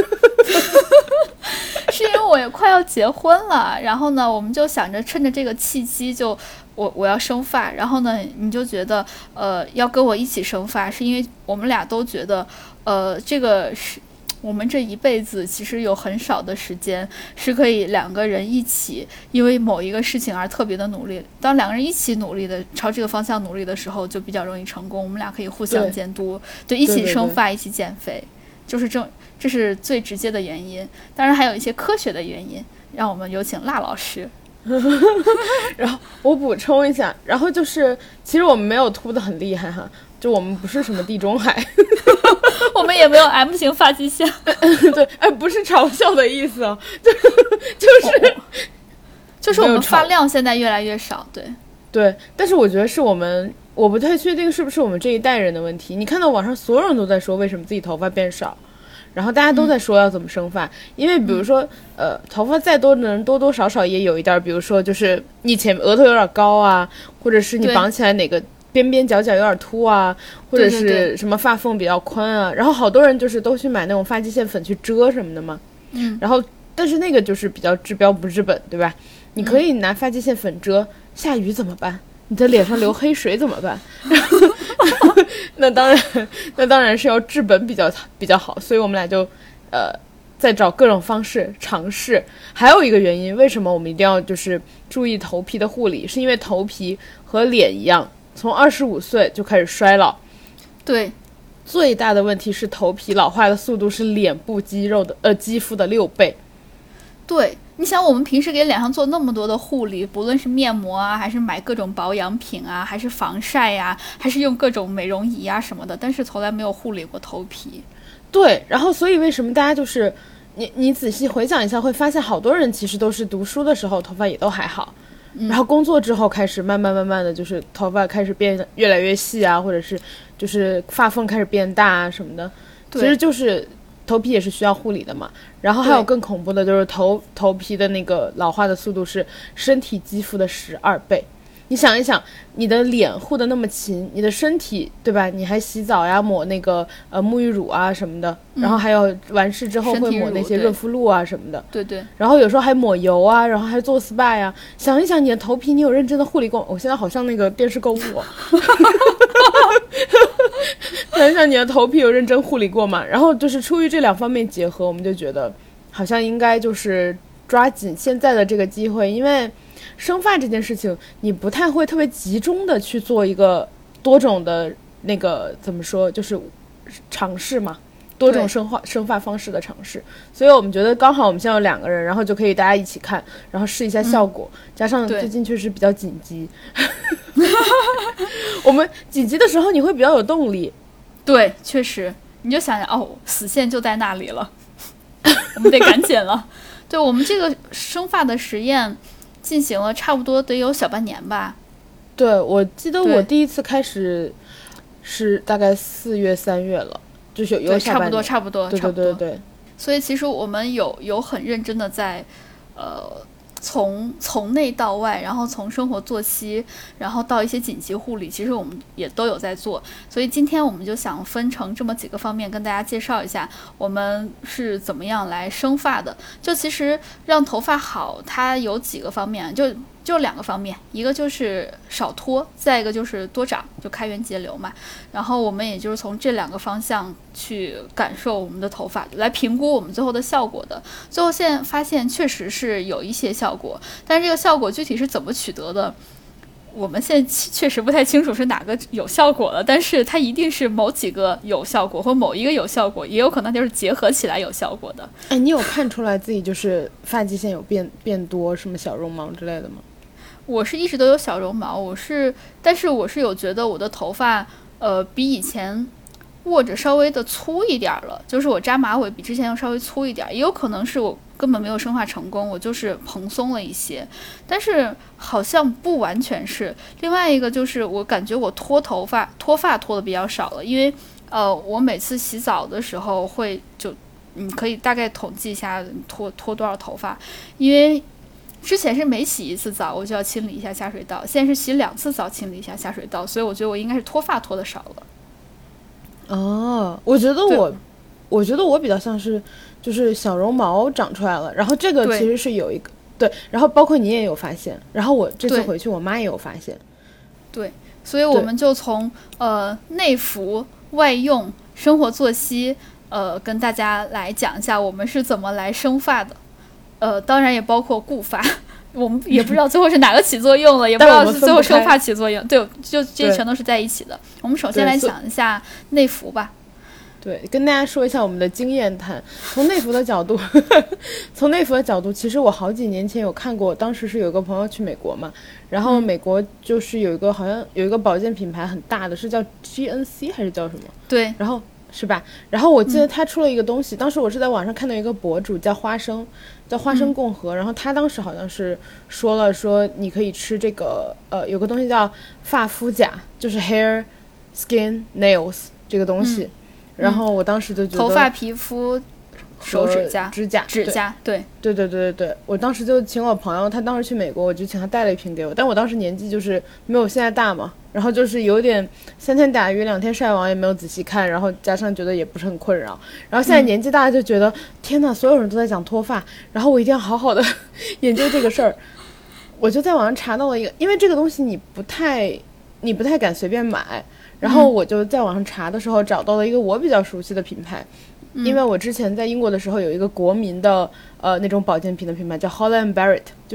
是因为我也快要结婚了，然后呢我们就想着趁着这个契机就我要生发，然后呢你就觉得要跟我一起生发，是因为我们俩都觉得这个是我们这一辈子其实有很少的时间是可以2个人一起因为某一个事情而特别的努力，当2个人一起努力的朝这个方向努力的时候就比较容易成功，我们俩可以互相监督，对，一起生发，一起减肥，就是这是最直接的原因。当然还有一些科学的原因，让我们有请辣老师。 然后我补充一下，然后就是其实我们没有秃的很厉害哈，就我们不是什么地中海， 我们也没有 M 型发际线。 对，哎，不是嘲笑的意思啊， 就是我们发量现在越来越少， 对，但是我觉得是我不太确定是不是我们这一代人的问题。你看到网上所有人都在说为什么自己头发变少，然后大家都在说要怎么生发，因为比如说头发再多的人多多少少也有一点，比如说就是你额头有点高啊，或者是你绑起来哪个边边角角有点凸啊，或者是什么发缝比较宽啊，然后好多人就是都去买那种发际线粉去遮什么的嘛，然后但是那个就是比较治标不治本，对吧？你可以拿发际线粉遮，下雨怎么办？你的脸上流黑水怎么办？那当然是要治本比较好，所以我们俩就在找各种方式尝试。还有一个原因，为什么我们一定要就是注意头皮的护理，是因为头皮和脸一样，从25岁就开始衰老。 对， 最大的问题是头皮老化的速度是脸部肌肤的6倍。 对，你想我们平时给脸上做那么多的护理，不论是面膜啊，还是买各种保养品啊，还是防晒呀，还是用各种美容仪啊什么的，但是从来没有护理过头皮。 对，然后所以为什么大家就是你仔细回想一下，会发现好多人其实都是读书的时候头发也都还好，然后工作之后开始慢慢的就是头发开始变越来越细啊，或者是就是发缝开始变大啊什么的，其实就是头皮也是需要护理的嘛。然后还有更恐怖的就是头皮的那个老化的速度是身体肌肤的12倍。你想一想，你的脸护得那么勤，你的身体对吧？你还洗澡呀，抹那个沐浴乳啊什么的，然后还有完事之后会抹那些润肤露啊什么的。 对对。 然后有时候还抹油啊，然后还做 SPA 呀。想一想你的头皮，你有认真的护理过？我现在好像那个电视购物。想一想你的头皮有认真护理过吗？然后就是出于这两方面结合，我们就觉得好像应该就是抓紧现在的这个机会，因为生发这件事情你不太会特别集中的去做一个多种的那个怎么说，就是尝试嘛，多种生发方式的尝试。所以我们觉得刚好我们现在有2个人，然后就可以大家一起看，然后试一下效果，加上最近确实比较紧急。我们紧急的时候你会比较有动力。 对，确实你就想想死线就在那里了。我们得赶紧了。对，我们这个生发的实验进行了差不多得有小半年吧。 对，我记得我第一次开始是大概4月3月了，就是有下半年。 差不多。 对。 所以其实我们有很认真的在从内到外，然后从生活作息，然后到一些紧急护理，其实我们也都有在做。所以今天我们就想分成这么几个方面跟大家介绍一下我们是怎么样来生发的。就其实让头发好它有几个方面，就2个方面，一个就是少脱，再一个就是多长，就开源节流嘛。然后我们也就是从这2个方向去感受我们的头发，来评估我们最后的效果的。最后现在发现确实是有一些效果，但是这个效果具体是怎么取得的，我们现在确实不太清楚是哪个有效果了，但是它一定是某几个有效果，或某一个有效果，也有可能就是结合起来有效果的。 哎，你有看出来自己就是发际线有变多，什么小绒毛之类的吗？ 我是一直都有小绒毛，但是我是有觉得我的头发比以前握着稍微的粗一点了，就是我扎马尾比之前要稍微粗一点，也有可能是我根本没有生发成功，我就是蓬松了一些，但是好像不完全是。另外一个就是我感觉我脱发脱的比较少了，因为我每次洗澡的时候会你可以大概统计一下脱多少头发，因为之前是每洗一次澡我就要清理一下下水道，现在是洗2次澡清理一下下水道，所以我觉得我应该是脱发脱的少了。 我觉得我比较像是就是小绒毛长出来了，然后这个其实是有一个对，然后包括你也有发现，然后我这次回去我妈也有发现。 对，所以我们就从内服、外用、生活作息跟大家来讲一下我们是怎么来生发的。当然也包括固发，我们也不知道最后是哪个起作用了，也不知道是最后生发起作用。对，就这些全都是在一起的。我们首先来讲一下内服吧。 对，跟大家说一下我们的经验谈。从内服的角度，从内服的角度，其实我好几年前有看过，当时是有个朋友去美国嘛，然后美国就是有一个好像有一个保健品牌很大的，是叫 GNC 还是叫什么？ 对， 然后是吧？然后我记得他出了一个东西，当时我是在网上看到一个博主叫花生共和，然后他当时好像是说你可以吃这个有个东西叫发肤甲，就是 hair skin nails 这个东西。然后我当时就觉得头发、皮肤、手指甲、 指甲， 对， 我当时就请我朋友，他当时去美国，我就请他带了一瓶给我，但我当时年纪就是没有现在大嘛，然后就是有点3天打鱼2天晒网，也没有仔细看，然后加上觉得也不是很困扰，然后现在年纪大了就觉得、天哪，所有人都在讲脱发，然后我一定要好好的研究这个事儿，我就在网上查到了一个，因为这个东西你不太敢随便买。然后我就在网上查的时候找到了一个我比较熟悉的品牌，因为我之前在英国的时候有一个国民的那种保健品的品牌叫 Holland Barrett， 就是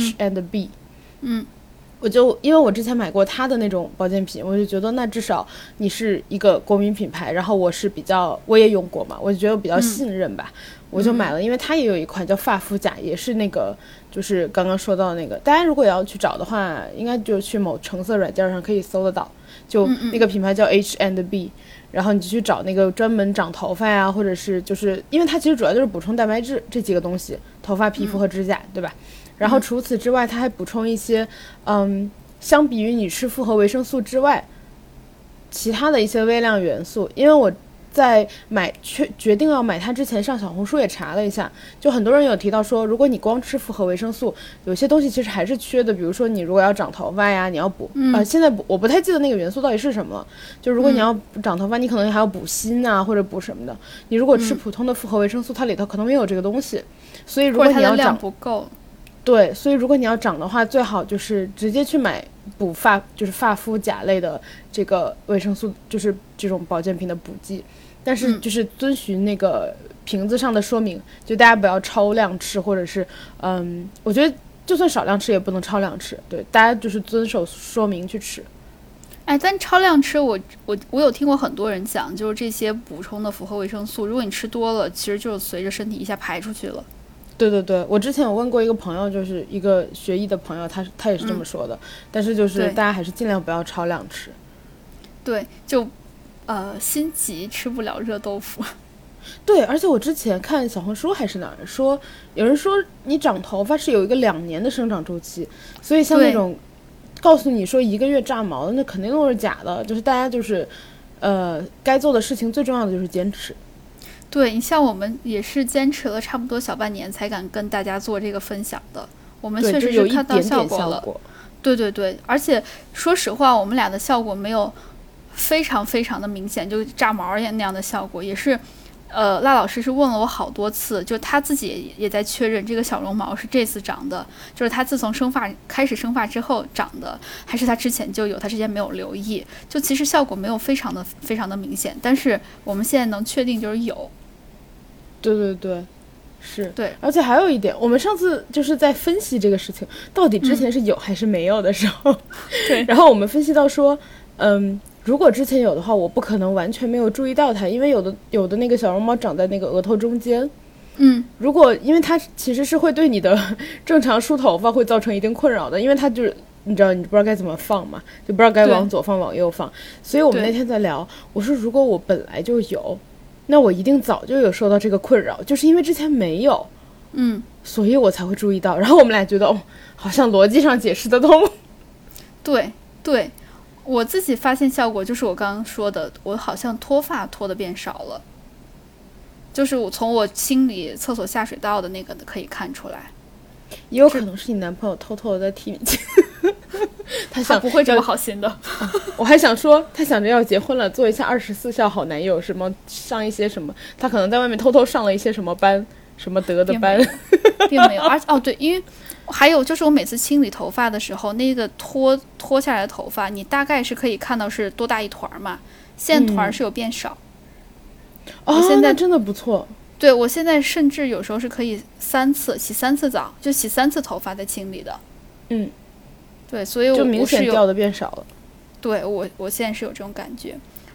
H&B。我就因为我之前买过它的那种保健品，我就觉得那至少你是一个国民品牌，然后我也用过嘛，我就觉得我比较信任吧，我就买了，因为它也有一款叫发肤甲，也是那个就是刚刚说到那个，大家如果要去找的话，应该就去某橙色软件上可以搜得到。就那个品牌叫 H&B， 然后你就去找那个专门长头发呀，或者是就是因为它其实主要就是补充蛋白质这几个东西，头发、皮肤和指甲，对吧？然后除此之外，它还补充一些相比于你吃复合维生素之外，其他的一些微量元素。因为我在决定要买它之前，上小红书也查了一下，就很多人有提到说，如果你光吃复合维生素，有些东西其实还是缺的，比如说你如果要长头发呀，你要补现在我不太记得那个元素到底是什么了，就如果你要长头发，你可能还要补锌啊或者补什么的，你如果吃普通的复合维生素，它里头可能没有这个东西，所以如果你要长不够， 对，所以如果你要长的话，最好就是直接去买补发，就是发肤甲类的这个维生素，就是这种保健品的补剂。但是就是遵循那个瓶子上的说明，就大家不要超量吃，或者是我觉得就算少量吃也不能超量吃，对，大家就是遵守说明去吃。 哎，但超量吃我有听过很多人讲，就是这些补充的复合维生素，如果你吃多了，其实就随着身体一下排出去了。 对，我之前有问过一个朋友，就是一个学医的朋友，他也是这么说的，但是就是大家还是尽量不要超量吃。 对，就心急吃不了热豆腐。 对，而且我之前看小红书还是哪儿说，有人说你长头发是有一个2年的生长周期，所以像那种告诉你说1个月炸毛的，那肯定都是假的。就是大家就是该做的事情最重要的就是坚持。 对，你像我们也是坚持了差不多小半年才敢跟大家做这个分享的，我们确实是看到效果了。对，而且说实话，我们俩的效果没有非常非常的明显，就炸毛那样的效果，也是赖老师是问了我好多次，就他自己也在确认这个小绒毛是这次长的，就是他自从开始生发之后长的，还是他之前就有，他之前没有留意，就其实效果没有非常的明显，但是我们现在能确定就是有。 对，是， 对， 而且还有一点，我们上次就是在分析这个事情到底之前是有还是没有的时候， 对， 然后我们分析到说如果之前有的话，我不可能完全没有注意到它，因为有的那个小绒毛长在那个额头中间，如果因为它其实是会对你的正常梳头发会造成一定困扰的，因为它就是你知道该怎么放嘛，就不知道该往左放往右放，所以我们那天在聊，我说如果我本来就有，那我一定早就有受到这个困扰，就是因为之前没有，所以我才会注意到。然后我们俩觉得好像逻辑上解释得通。 对，我自己发现效果就是我刚刚说的，我好像脱发脱的变少了，就是我从我清理厕所下水道的那个可以看出来。 也有可能是你男朋友偷偷的在替你清。 他不会这么好心的。 我还想说他想着要结婚了，做一下24孝好男友，什么上一些什么，他可能在外面偷偷上了一些什么班，什么德的班， 并没有。而对，因为还有就是我每次清理头发的时候，那个脱下来的头发你大概是可以看到是多大一团嘛，现在团是有变少。 我现在真的不错。 对，我现在甚至有时候是可以洗3次澡，就洗3次头发再清理的。对，所以就明显掉的变少了。 对，我现在是有这种感觉，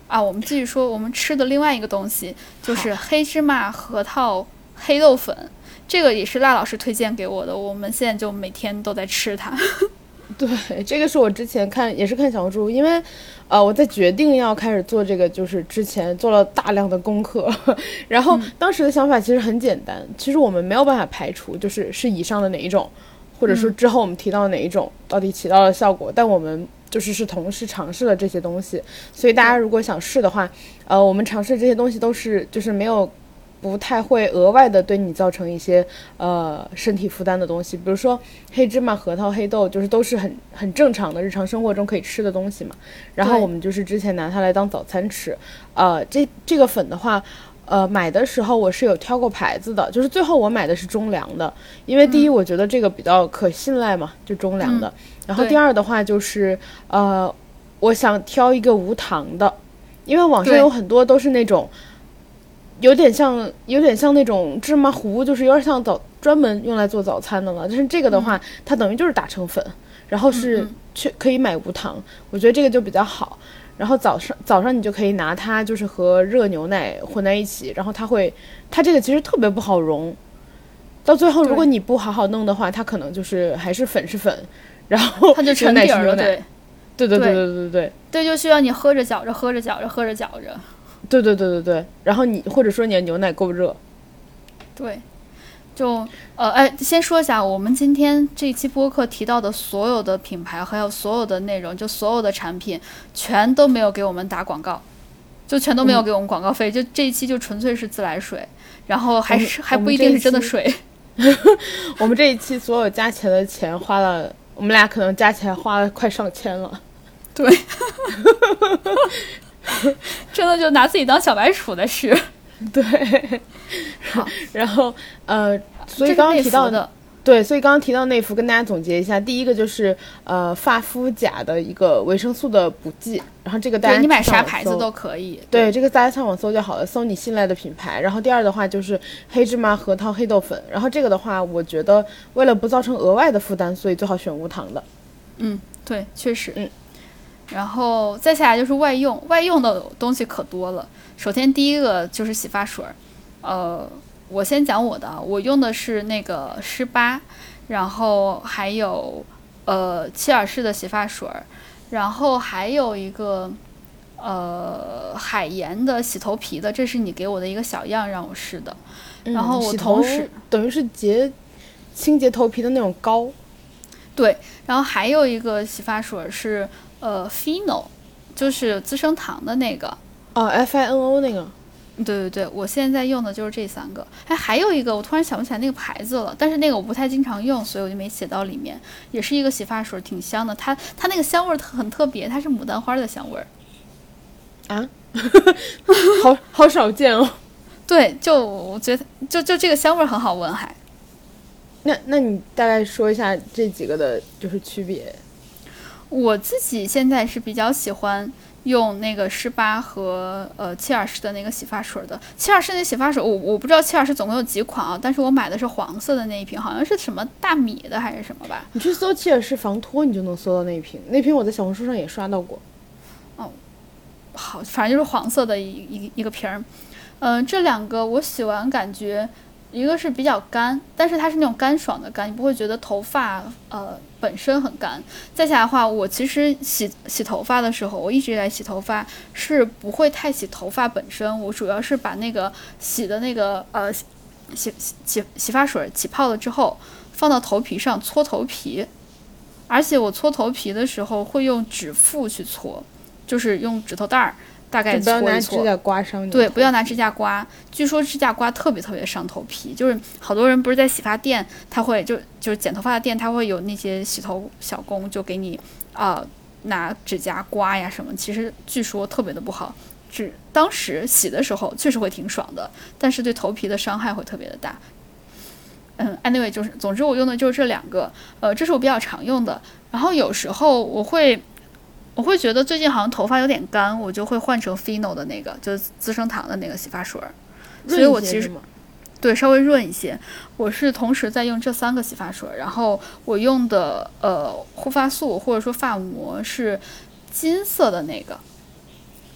啊，我们继续说我们吃的另外一个东西，就是黑芝麻核桃黑豆粉，这个也是辣老师推荐给我的，我们现在就每天都在吃它。 对，这个是我之前也是看小红书，因为我在决定要开始做这个，就是之前做了大量的功课，然后当时的想法其实很简单，其实我们没有办法排除是以上的哪一种，或者说之后我们提到的哪一种到底起到了效果，但我们是同时尝试了这些东西，所以大家如果想试的话，我们尝试这些东西都是没有不太会额外的对你造成一些身体负担的东西，比如说黑芝麻、核桃、黑豆，都是很正常的日常生活中可以吃的东西嘛。然后我们之前拿它来当早餐吃。这个粉的话，买的时候我是有挑过牌子的，最后我买的是中粮的，因为第一我觉得这个比较可信赖嘛，就中粮的。然后第二的话我想挑一个无糖的，因为网上有很多都是那种。有点像那种芝麻糊，有点像专门用来做早餐的了。但是这个的话，它等于就是打成粉，然后是可以买无糖，我觉得这个就比较好。然后早上你就可以拿它，和热牛奶混在一起，然后它这个其实特别不好溶，到最后如果你不好好弄的话，它可能还是粉是粉，然后它就沉底儿了。 对， 就需要你喝着搅着。 对，然后或者说你的牛奶够热。 对，先说一下，我们今天这一期播客提到的所有的品牌还有所有的内容，就所有的产品全都没有给我们打广告，就全都没有给我们广告费，就这一期就纯粹是自来水，然后还不一定是真的水。 我们这一期所有加起来的钱花了，我们俩可能加起来花了快上千了。 对。真的就拿自己当小白鼠的事。 对，好，然后所以刚刚提到的， 对，所以刚刚提到内服，跟大家总结一下，第一个就是发肤甲的一个维生素的补剂，然后这个大家你买啥牌子都可以， 对，这个大家上网搜就好了，搜你信赖的品牌。然后第二的话就是黑芝麻、核桃、黑豆粉，然后这个的话，我觉得为了不造成额外的负担，所以最好选无糖的。 对，确实。然后再下来就是外用的东西可多了。首先第一个就是洗发水，我先讲我的，我用的是那个施巴，然后还有切尔氏的洗发水，然后还有一个海盐的洗头皮的，这是你给我的一个小样让我试的。然后我同时等于是清洁头皮的那种膏。 对，然后还有一个洗发水是Fino， 就是资生堂的那个。 FINO 那个。 对，我现在用的就是这3个。还有一个我突然想不起来那个牌子了，但是那个我不太经常用，所以我就没写到里面。也是一个洗发水，挺香的，它那个香味很特别，它是牡丹花的香味啊。好少见哦。 对，就我觉得就这个香味很好闻还。 那你大概说一下这几个的区别。 我自己现在是比较喜欢用那个施巴和切尔氏的那个洗发水的。切尔氏那洗发水我不知道切尔氏总共有几款啊，但是我买的是黄色的那一瓶，好像是什么大米的还是什么吧。 你去搜切尔氏防脱你就能搜到那一瓶，我在小红书上也刷到过。 好，反正就是黄色的一个瓶儿。这2个我洗完感觉一个是比较干，但是它是那种干爽的干，你不会觉得头发本身很干。再下来的话，我其实洗头发的时候，我一直以来洗头发是不会太洗头发本身，我主要是把那个洗的那个洗发水起泡了之后放到头皮上搓头皮，而且我搓头皮的时候会用指腹去搓，就是用指头带儿大概搓一搓， 不要拿指甲刮伤你。 对，不要拿指甲刮。据说指甲刮特别伤头皮，就是好多人不是在洗发店，他会就是剪头发的店，他会有那些洗头小工就给你拿指甲刮呀什么，其实据说特别的不好。当时洗的时候确实会挺爽的，但是对头皮的伤害会特别的大。anyway 总之我用的就是这2个，这是我比较常用的。然后有时候我会觉得最近好像头发有点干，我就会换成 Fino 的那个，就是资生堂的那个洗发水，所以我其实对稍微润一些。我是同时在用这3个洗发水，然后我用的护发素或者说发膜是金色的那个，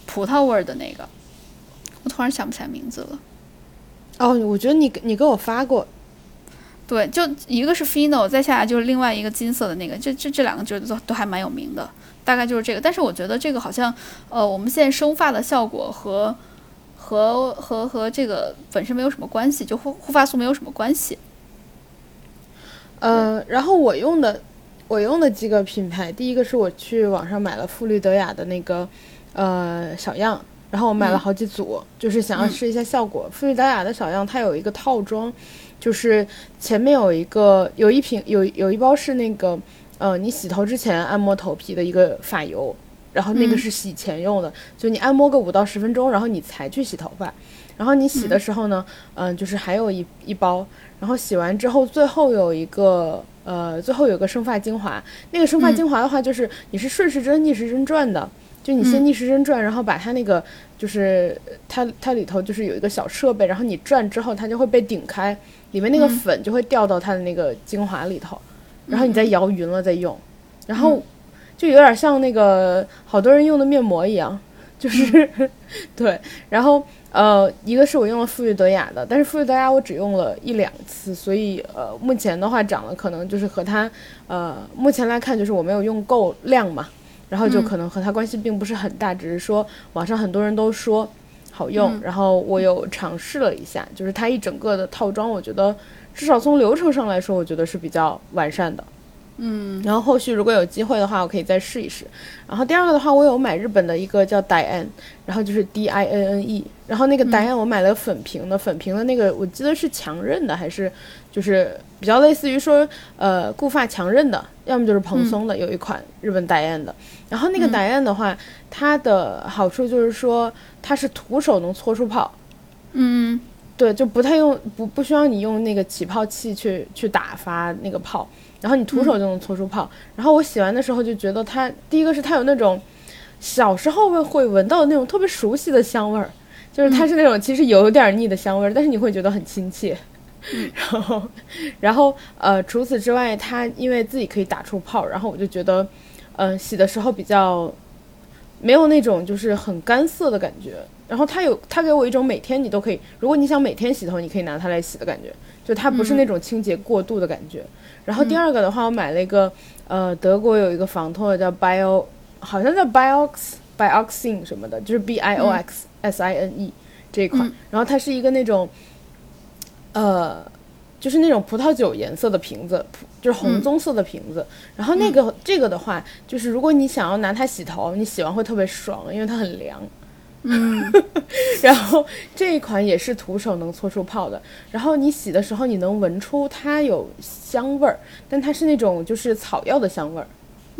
葡萄味儿的那个，我突然想不起来名字了。 哦，我觉得你给我发过。 对，就一个是 Fino， 再下来就是另外一个金色的那个，这两个觉得都还蛮有名的，大概就是这个。但是我觉得这个好像，我们现在生发的效果和这个本身没有什么关系，就护发素没有什么关系。 然后我用的几个品牌，第一个是我去网上买了馥绿德雅的那个小样，然后我买了好几组，就是想要试一下效果。馥绿德雅的小样它有一个套装，就是前面有一包是那个你洗头之前按摩头皮的一个发油，然后那个是洗前用的，就你按摩个5到10分钟，然后你才去洗头发。然后你洗的时候呢，就是还有一包，然后洗完之后最后有一个生发精华。那个生发精华的话，就是你是顺时针逆时针转的，就你先逆时针转，然后把它那个就是它里头就是有一个小设备，然后你转之后它就会被顶开，里面那个粉就会掉到它的那个精华里头，然后你再摇匀了再用，然后就有点像那个好多人用的面膜一样，就是对，然后一个是我用了馥绿德雅的，但是馥绿德雅我只用了1-2次，所以目前的话长得可能就是和它目前来看就是我没有用够量嘛，然后就可能和它关系并不是很大，只是说网上很多人都说好用，然后我有尝试了一下，就是它一整个的套装，我觉得至少从流程上来说，我觉得是比较完善的。然后后续如果有机会的话，我可以再试一试。然后第二个的话，我有买日本的一个叫 Diane， 然后就是 DINNE， 然后那个 Diane 我买了粉瓶的那个，我记得是强韧的，还是就是比较类似于说固发强韧的，要么就是蓬松的，有一款日本 Diane 的。然后那个 Diane 的话，它的好处就是说它是徒手能搓出泡。对，就不太用不需要你用那个起泡器去打发那个泡，然后你徒手就能搓出泡。然后我洗完的时候就觉得它，第一个是它有那种小时候会闻到的那种特别熟悉的香味儿，就是它是那种其实有点腻的香味儿，但是你会觉得很亲切。然后除此之外，它因为自己可以打出泡，然后我就觉得洗的时候比较没有那种就是很干涩的感觉。然后它给我一种每天你都可以，如果你想每天洗头，你可以拿它来洗的感觉，就它不是那种清洁过度的感觉。然后第二个的话，我买了一个德国有一个防脱的叫好像叫 Bioxine 什么的，就是 BIOXSINE 这一款。然后它是一个那种就是那种葡萄酒颜色的瓶子，就是红棕色的瓶子。然后这个的话，就是如果你想要拿它洗头，你洗完会特别爽，因为它很凉。然后这一款也是徒手能搓出泡的，然后你洗的时候你能闻出它有香味儿，但它是那种就是草药的香味儿。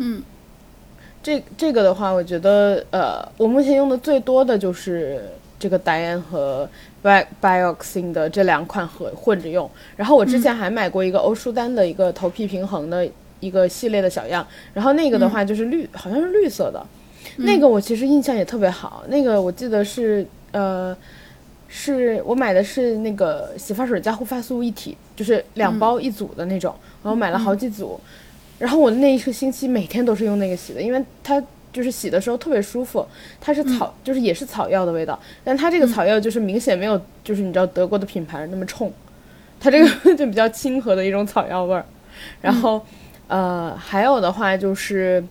这个的话，我觉得我目前用的最多的就是这个 Diane 和 Bioxine 的这2款混着用。然后我之前还买过一个欧舒丹的一个头皮平衡的一个系列的小样，然后那个的话就是好像是绿色的。那个我其实印象也特别好，那个我记得是我买的是那个洗发水加护发素一体，就是2包1组的那种，然后买了好几组。然后我那1个星期每天都是用那个洗的，因为它就是洗的时候特别舒服，它是就是也是草药的味道，但它这个草药就是明显没有就是你知道德国的品牌那么冲，它这个就比较亲和的一种草药味儿。然后还有的话就是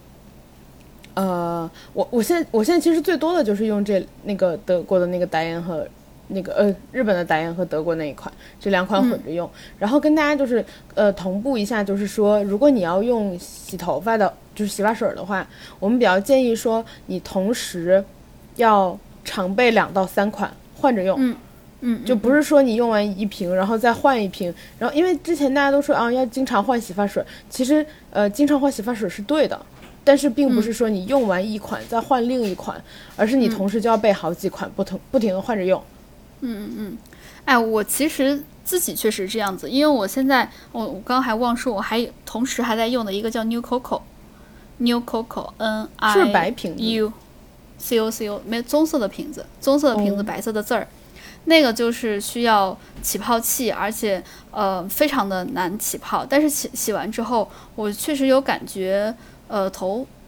我现在其实最多的就是用那个德国的那个达颜和那个日本的达颜和德国那一款，这2款混着用。然后跟大家就是同步一下，就是说如果你要用洗头发的就是洗发水的话，我们比较建议说你同时要常备2到3款换着用。就不是说你用完1瓶然后再换1瓶，然后因为之前大家都说要经常换洗发水，其实经常换洗发水是对的，但是并不是说你用完1款再换另一款，而是你同时就要备好几款不停的换着用。 哎，我其实自己确实这样子，因为我现在我刚刚还忘说，我还同时还在用的一个叫 New Coco NIU 是白瓶子 COCO 没棕色的瓶子，白色的字儿。那个就是需要起泡器，而且非常的难起泡，但是洗完之后我确实有感觉头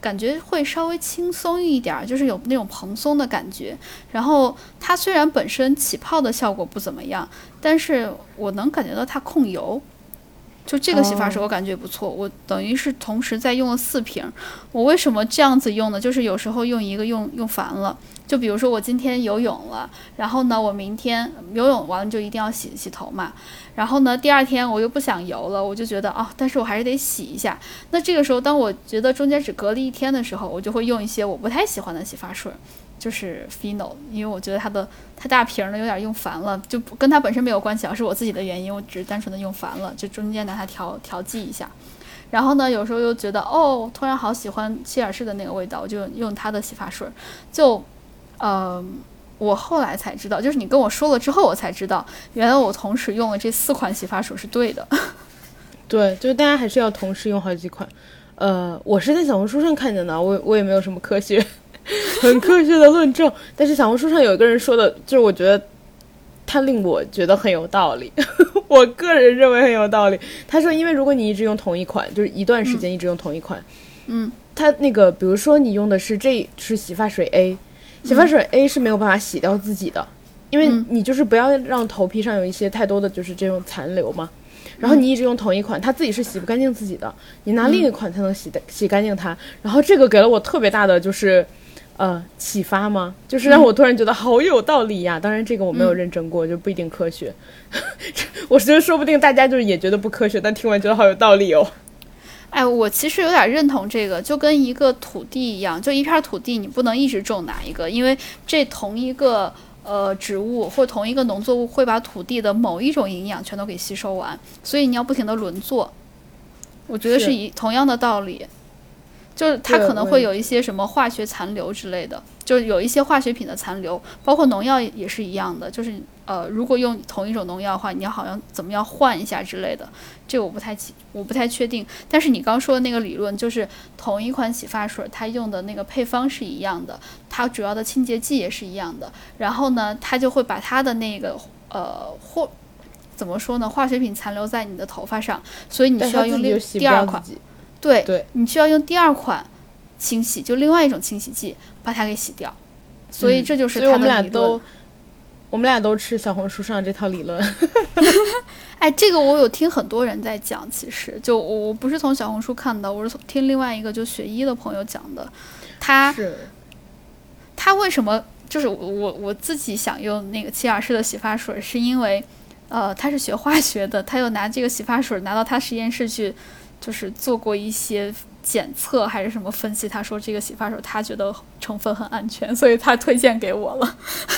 感觉会稍微轻松一点，就是有那种蓬松的感觉。然后它虽然本身起泡的效果不怎么样，但是我能感觉到它控油。就这个洗发水我感觉不错，我等于是同时在用了4瓶。我为什么这样子用呢？就是有时候用一个用烦了，就比如说我今天游泳了，然后呢我明天游泳完了就一定要洗洗头嘛，然后呢第2天我又不想游了，我就觉得但是我还是得洗一下。那这个时候当我觉得中间只隔了1天的时候，我就会用一些我不太喜欢的洗发水，就是 Fino， 因为我觉得它太大瓶了，有点用烦了，就跟它本身没有关系是我自己的原因，我只是单纯的用烦了，就中间拿它调剂一下。然后呢有时候又觉得突然好喜欢希尔氏的那个味道，我就用它的洗发水。就我后来才知道，就是你跟我说了之后我才知道，原来我同时用了这4款洗发水是对的。 对，就是大家还是要同时用好几款。我是在小红书上看见的，我也没有什么很科学的论证，但是小红书上有一个人说的，就是我觉得他令我觉得很有道理我个人认为很有道理。他说因为如果你一直用同一款，就是一段时间一直用同一款，他那个比如说你用的是洗发水 A， 洗发水 A 是没有办法洗掉自己的，因为你就是不要让头皮上有一些太多的就是这种残留嘛，然后你一直用同一款，它自己是洗不干净自己的，你拿另一款才能洗干净它。然后这个给了我特别大的就是启发吗？就是让我突然觉得好有道理呀。当然这个我没有认证过，就不一定科学我觉得说不定大家就是也觉得不科学，但听完觉得好有道理哦。 我其实有点认同这个，就跟一个土地一样，就一片土地你不能一直种哪一个，因为这同一个植物或同一个农作物会把土地的某一种营养全都给吸收完，所以你要不停的轮作。我觉得是同样的道理，就是它可能会有一些什么化学残留之类的，就是有一些化学品的残留，包括农药也是一样的，就是如果用同一种农药的话，你要好像怎么样换一下之类的，这个我不太确定。但是你刚说的那个理论，就是同一款洗发水它用的那个配方是一样的，它主要的清洁剂也是一样的，然后呢它就会把它的那个怎么说呢，化学品残留在你的头发上，所以你需要用第2款，对，你需要用第2款清洗，就另外一种清洗剂把它给洗掉。所以这就是它的理论。 我们俩都吃小红书上这套理论这个我有听很多人在讲，其实就我不是从小红书看的，我是听另外一个就学医的朋友讲的。他为什么就是我自己想用那个希尔氏的洗发水，是因为他是学化学的，他又拿这个洗发水拿到他实验室去，就是做过一些检测还是什么分析，他说这个洗发水他觉得成分很安全，所以他推荐给我了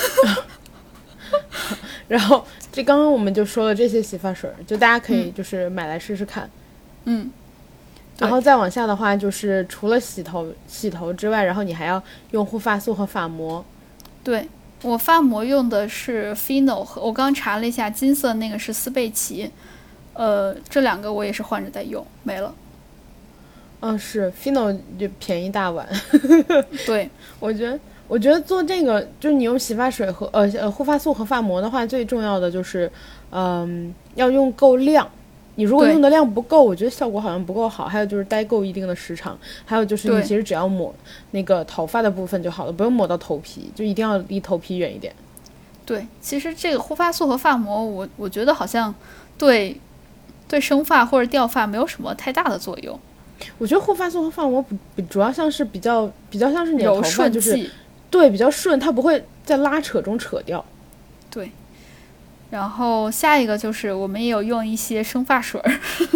然后刚刚我们就说了这些洗发水，就大家可以就是买来试试看。然后再往下的话，就是除了洗头之外，然后你还要用护发素和发膜。 对，我发膜用的是 Fino， 我刚查了一下，金色那个是斯贝奇，这2个我也是换着在用，没了。 是 Fino 就便宜大碗对， 我觉得做这个就是你用洗发水和护发素和发膜的话，最重要的就是要用够量。你如果用的量不够，我觉得效果好像不够好。还有就是待够一定的时长，还有就是你其实只要抹那个头发的部分就好了，不用抹到头皮，就一定要离头皮远一点。 对，其实这个护发素和发膜我觉得好像对生发或者掉发没有什么太大的作用。 我觉得护发素和发膜主要像是比较像是你的头发就是对比较顺，它不会在拉扯中扯掉。 对，然后下一个就是我们也有用一些生发水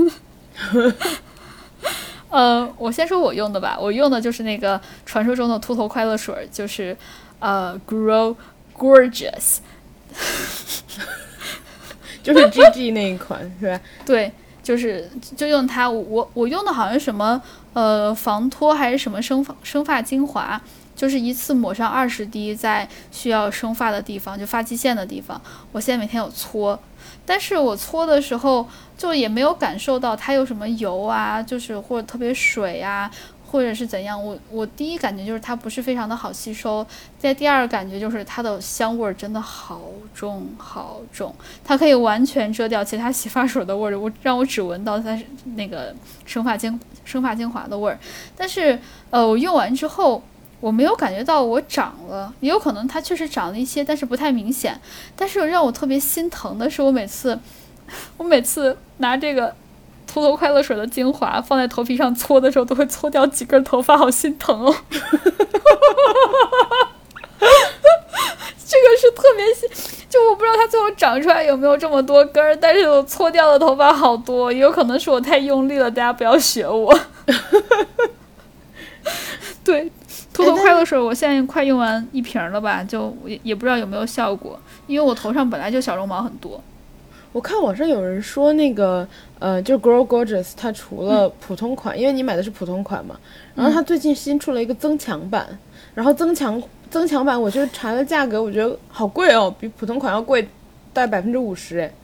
我先说我用的吧，我用的就是那个传说中的秃头快乐水，就是Grow Gorgeous 就是 GG 那一款是吧？ 对，就用它。我用的好像什么防脱还是什么生发精华，就是一次抹上20滴在需要生发的地方，就发际线的地方。我现在每天有搓，但是我搓的时候就也没有感受到它有什么油啊，就是或者特别水啊， 或者是怎样，我第一感觉就是它不是非常的好吸收，在第二个感觉就是它的香味真的好重好重，它可以完全遮掉其他洗发水的味儿，让我只闻到它那个生发精华的味儿。但是我用完之后我没有感觉到我长了，也有可能它确实长了一些，但是不太明显。但是让我特别心疼的是，我每次拿这个秃头快乐水的精华放在头皮上搓的时候，都会搓掉几根头发，好心疼哦。这个是特别就我不知道它最后长出来有没有这么多根儿，但是我搓掉的头发好多，也有可能是我太用力了，大家不要学我。对，秃头快乐水我现在快用完一瓶了吧，就也不知道有没有效果，因为我头上本来就小绒毛很多。 我看网上有人说那个就 Grow Gorgeous 它除了普通款，因为你买的是普通款嘛，然后它最近新出了一个增强版，然后增强版我就查了价格，我觉得好贵哦，比普通款要贵大概50%哎。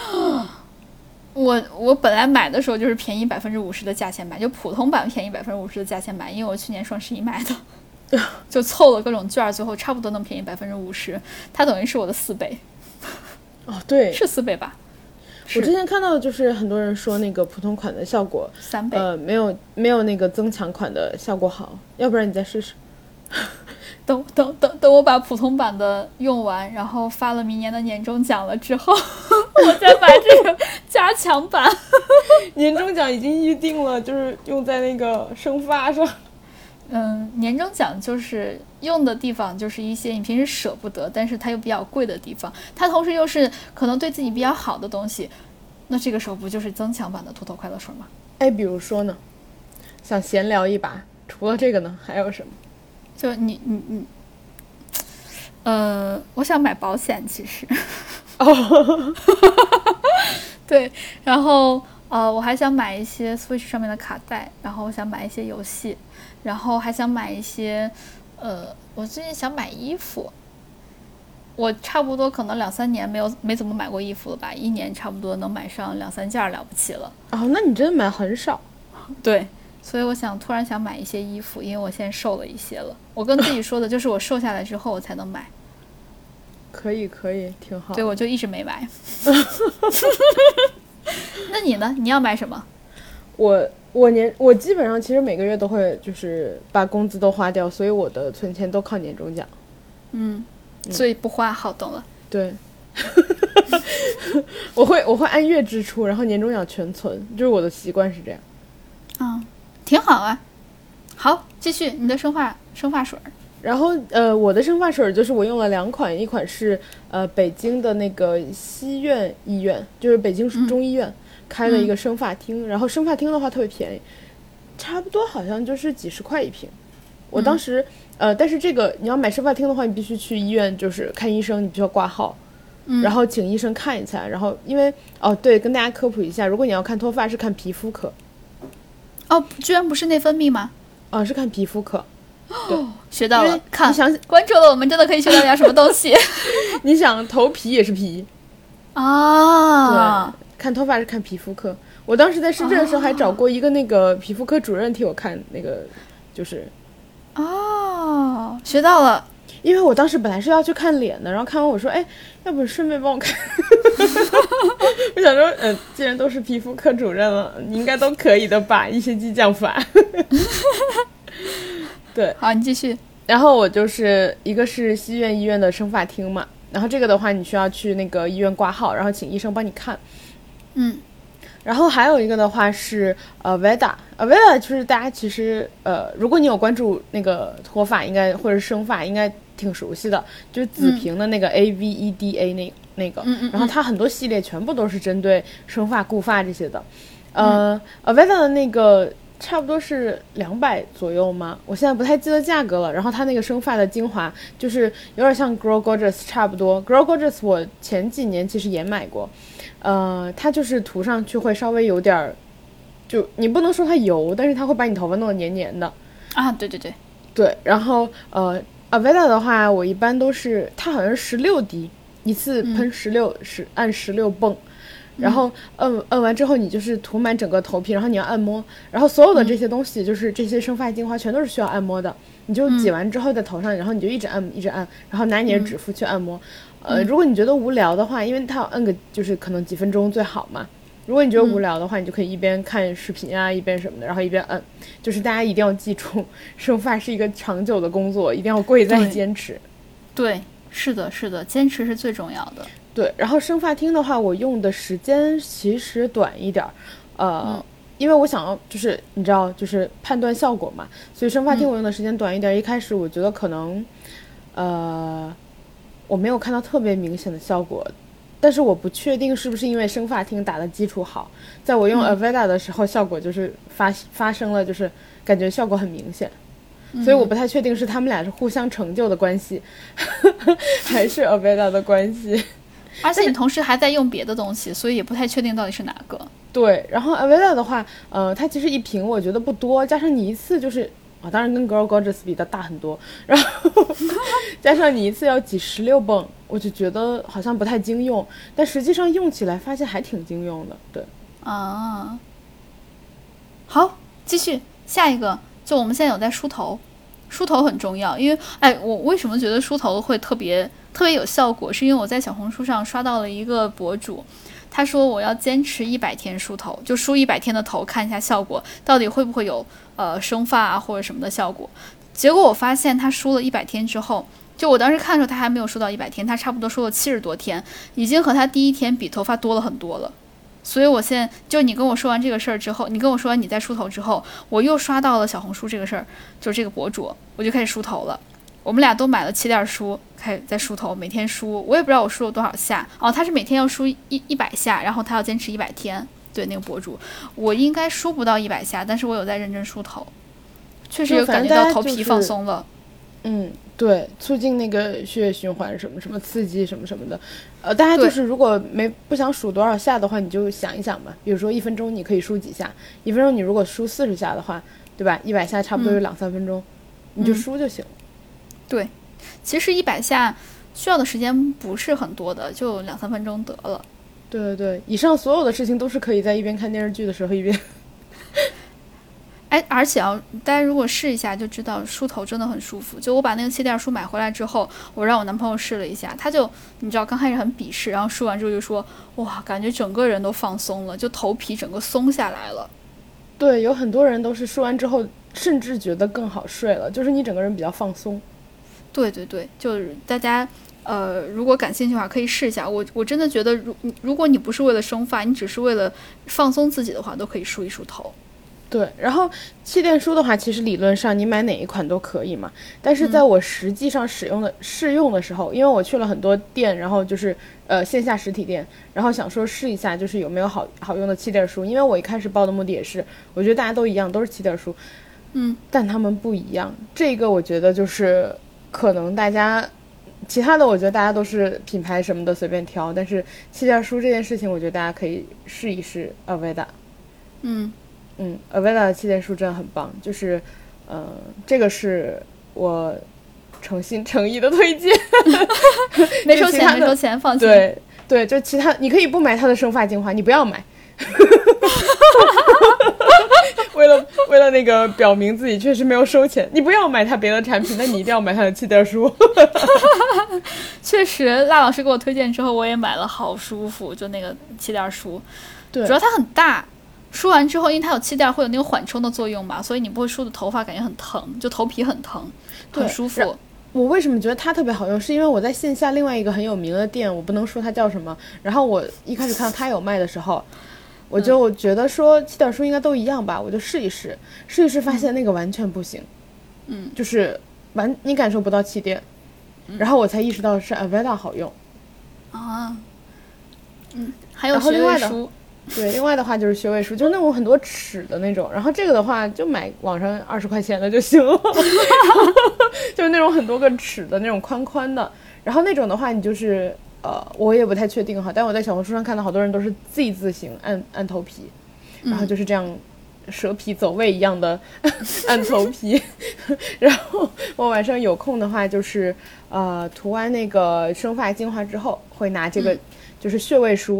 我本来买的时候就是便宜50%的价钱买，就普通版便宜50%的价钱买，因为我去年双十一买的，就凑了各种券，最后差不多能便宜50%，它等于是我的4倍。 哦，对， 是4倍吧？ 我之前看到的就是很多人说那个普通款的效果 3倍， 没有那个增强款的效果好，要不然你再试试。 等我把普通版的用完，然后发了明年的年终奖了之后，我再买这个加强版。 年终奖已经预定了，就是用在那个生发上。 年终奖就是用的地方就是一些你平时舍不得，但是它又比较贵的地方，它同时又是可能对自己比较好的东西，那这个时候不就是增强版的秃头快乐水吗？ 哎，比如说呢，想闲聊一把，除了这个呢还有什么？ 就你我想买保险，其实哦， 对，然后我还想买一些 Switch 上面的卡带，然后我想买一些游戏，然后还想买一些我最近想买衣服，我差不多可能2-3年没怎么买过衣服了吧，一年差不多能买上2-3件了不起了。 哦，那你真的买很少。 对，所以我突然想买一些衣服，因为我现在瘦了一些了，我跟自己说的就是我瘦下来之后我才能买。 可以，挺好。 对，我就一直没买。那你呢？你要买什么？ 我基本上其实每个月都会就是把工资都花掉，所以我的存钱都靠年终奖。 所以不花，好，懂了。 对。我会按月支出，然后年终奖全存，就是我的习惯是这样。 挺好啊。好，继续你的生发水。 然后我的生发水就是我用了2款，一款是北京的那个西苑医院，就是北京中医院开了一个生发厅，然后生发厅的话特别便宜，差不多好像就是几十块一瓶。我当时但是这个你要买生发厅的话，你必须去医院就是看医生，你必须要挂号，然后请医生看一下，然后因为对，跟大家科普一下，如果你要看脱发是看皮肤科。 居然不是内分泌吗？ 是看皮肤科。对， 学到了，看你想关注了我们真的可以学到点什么东西。 你想头皮也是皮啊？ 对，看头发是看皮肤科。我当时在深圳的时候还找过一个那个皮肤科主任替我看那个，就是学到了。 因为我当时本来是要去看脸的，然后看完我说，哎，要不顺便帮我看。我想说，既然都是皮肤科主任了，你应该都可以的吧？一些激将法。对， 好，你继续。 然后我就是一个是西苑医院的生发厅嘛，然后这个的话你需要去那个医院挂号，然后请医生帮你看。然后还有一个的话是Aveda 就是大家其实如果你有关注那个脱发应该或者生发应该挺熟悉的，就是紫萍的那个 AVEDA 那个，然后它很多系列全部都是针对生发固发这些的。Aveda 的那个差不多是200左右吗？我现在不太记得价格了。然后它那个生发的精华就是有点像 Grow Gorgeous 差不多。Grow Gorgeous 我前几年其实也买过，它就是涂上去会稍微有点，就你不能说它油，但是它会把你头发弄得黏黏的。对。然后Aveda 的话，我一般都是它好像是16滴，一次喷16，按16泵。 然后摁完之后你就是涂满整个头皮，然后你要按摩，然后所有的这些东西就是这些生发精华全都是需要按摩的，你就挤完之后在头上，然后你就一直按一直按，然后拿你的指腹去按摩。如果你觉得无聊的话，因为它要摁个就是可能几分钟最好嘛，如果你觉得无聊的话，你就可以一边看视频啊，一边什么的，然后一边摁。就是大家一定要记住，生发是一个长久的工作，一定要贵在坚持。 对，是的，是的，坚持是最重要的。 对，然后生发厅的话，我用的时间其实短一点，因为我想要就是你知道就是判断效果嘛，所以生发厅我用的时间短一点。一开始我觉得可能，我没有看到特别明显的效果，但是我不确定是不是因为生发厅打的基础好，在我用 Aveda 的时候，效果就是发生了，就是感觉效果很明显。所以我不太确定是他们俩是互相成就的关系，还是 Aveda 的关系。 而且你同时还在用别的东西，所以也不太确定到底是哪个。 对，然后 Aveda 的话，它其实一瓶我觉得不多，加上你一次就是当然跟 Girl Gorgeous 比的大很多，然后加上你一次要挤16泵，我就觉得好像不太经用，但实际上用起来发现还挺经用的。对啊，好，继续下一个，就我们现在有在梳头，梳头很重要，因为我为什么觉得梳头会特别有效果，是因为我在小红书上刷到了一个博主，他说我要坚持100天梳头，就梳100天的头，看一下效果到底会不会有生发啊或者什么的效果。结果我发现他梳了100天之后，就我当时看的时候他还没有梳到100天，他差不多梳了70多天，已经和他第一天比头发多了很多了。所以我现在就你跟我说完这个事儿之后，你跟我说完你在梳头之后，我又刷到了小红书这个事儿，就是这个博主，我就开始梳头了。我们俩都买了气垫梳，开始在梳头，每天梳，我也不知道我梳了多少下他是每天要梳100下，然后他要坚持100天。对，那个博主，我应该梳不到100下，但是我有在认真梳头，确实有感觉到头皮放松了。 对，促进那个血液循环，什么什么刺激什么什么的。大家就是如果不想数多少下的话，你就想一想吧。比如说1分钟你可以梳几下，1分钟你如果梳40下的话，对吧？100下差不多有2-3分钟，你就梳就行。 对，其实100下需要的时间不是很多的，就2-3分钟得了。 对，以上所有的事情都是可以在一边看电视剧的时候一边。 而且大家如果试一下就知道，梳头真的很舒服。就我把那个气垫梳买回来之后，我让我男朋友试了一下，他就你知道刚开始很鄙视，然后梳完之后就说哇，感觉整个人都放松了，就头皮整个松下来了。 对，有很多人都是梳完之后甚至觉得更好睡了，就是你整个人比较放松。 对，就是大家如果感兴趣的话可以试一下。我真的觉得如果你不是为了生发，你只是为了放松自己的话，都可以梳一梳头。 对，然后气垫梳的话，其实理论上你买哪一款都可以嘛。但是在我实际上试用的时候，因为我去了很多店，然后就是线下实体店，然后想说试一下，就是有没有好用的气垫梳。因为我一开始报的目的也是，我觉得大家都一样，都是气垫梳，但他们不一样。这个我觉得就是可能大家其他的，我觉得大家都是品牌什么的随便挑，但是气垫梳这件事情，我觉得大家可以试一试 Aveda。Aveda 的气垫梳真的很棒，就是这个是我诚心诚意的推荐。 没收钱，放心。 对，就其他你可以不买它的生发精华，你不要买。为了那个表明自己确实没有收钱，你不要买它别的产品，但你一定要买它的气垫梳。 确实，辣老师给我推荐之后，我也买了，好舒服，就那个气垫梳。对，主要它很大。梳完之后，因为它有气垫，会有那个缓冲的作用嘛，所以你不会梳的头发感觉很疼，就头皮很疼，很舒服。 我为什么觉得它特别好用，是因为我在线下另外一个很有名的店，我不能说它叫什么，然后我一开始看到它有卖的时候，我就觉得说气垫梳应该都一样吧，我就试一试，发现那个完全不行。就是你感受不到气垫，然后我才意识到是 Aveda 好用啊。还有穴位梳。 对，另外的话就是穴位梳，就是那种很多齿的那种，然后这个的话就买网上20块钱的就行了。就是那种很多个齿的那种宽的，然后那种的话你就是我也不太确定哈，但我在小红书上看到好多人都是 Z 字形按头皮，然后就是这样蛇皮走位一样的按头皮。然后我晚上有空的话就是涂完那个生发精华之后会拿这个就是穴位梳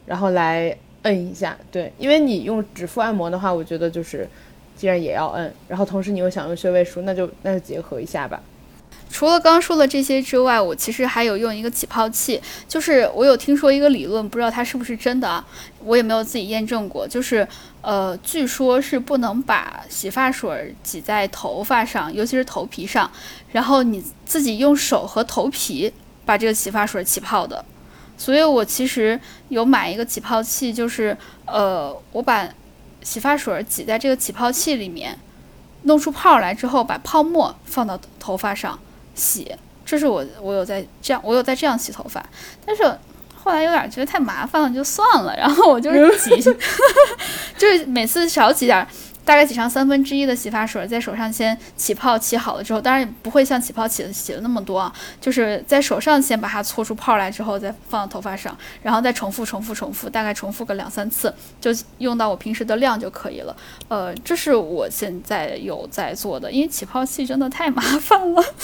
然后来摁一下。对，因为你用指腹按摩的话，我觉得就是既然也要摁，然后同时你又想用穴位梳，那就结合一下吧。 除了刚刚说的这些之外，我其实还有用一个起泡器，就是我有听说一个理论，不知道它是不是真的啊，我也没有自己验证过，就是据说是不能把洗发水挤在头发上，尤其是头皮上，然后你自己用手和头皮把这个洗发水起泡的。所以我其实有买一个起泡器，就是我把洗发水挤在这个起泡器里面，弄出泡来之后，把泡沫放到头发上洗。这是我有在这样洗头发，但是后来有点觉得太麻烦了，就算了。然后我就是挤，就是每次少挤点，大概挤上1/3的洗发水，在手上先起泡，起好了之后，当然也不会像起泡洗的那么多啊，就是在手上先把它搓出泡来之后，再放到头发上，然后再重复，大概重复个2-3次，就用到我平时的量就可以了。这是我现在有在做的，因为起泡器真的太麻烦了。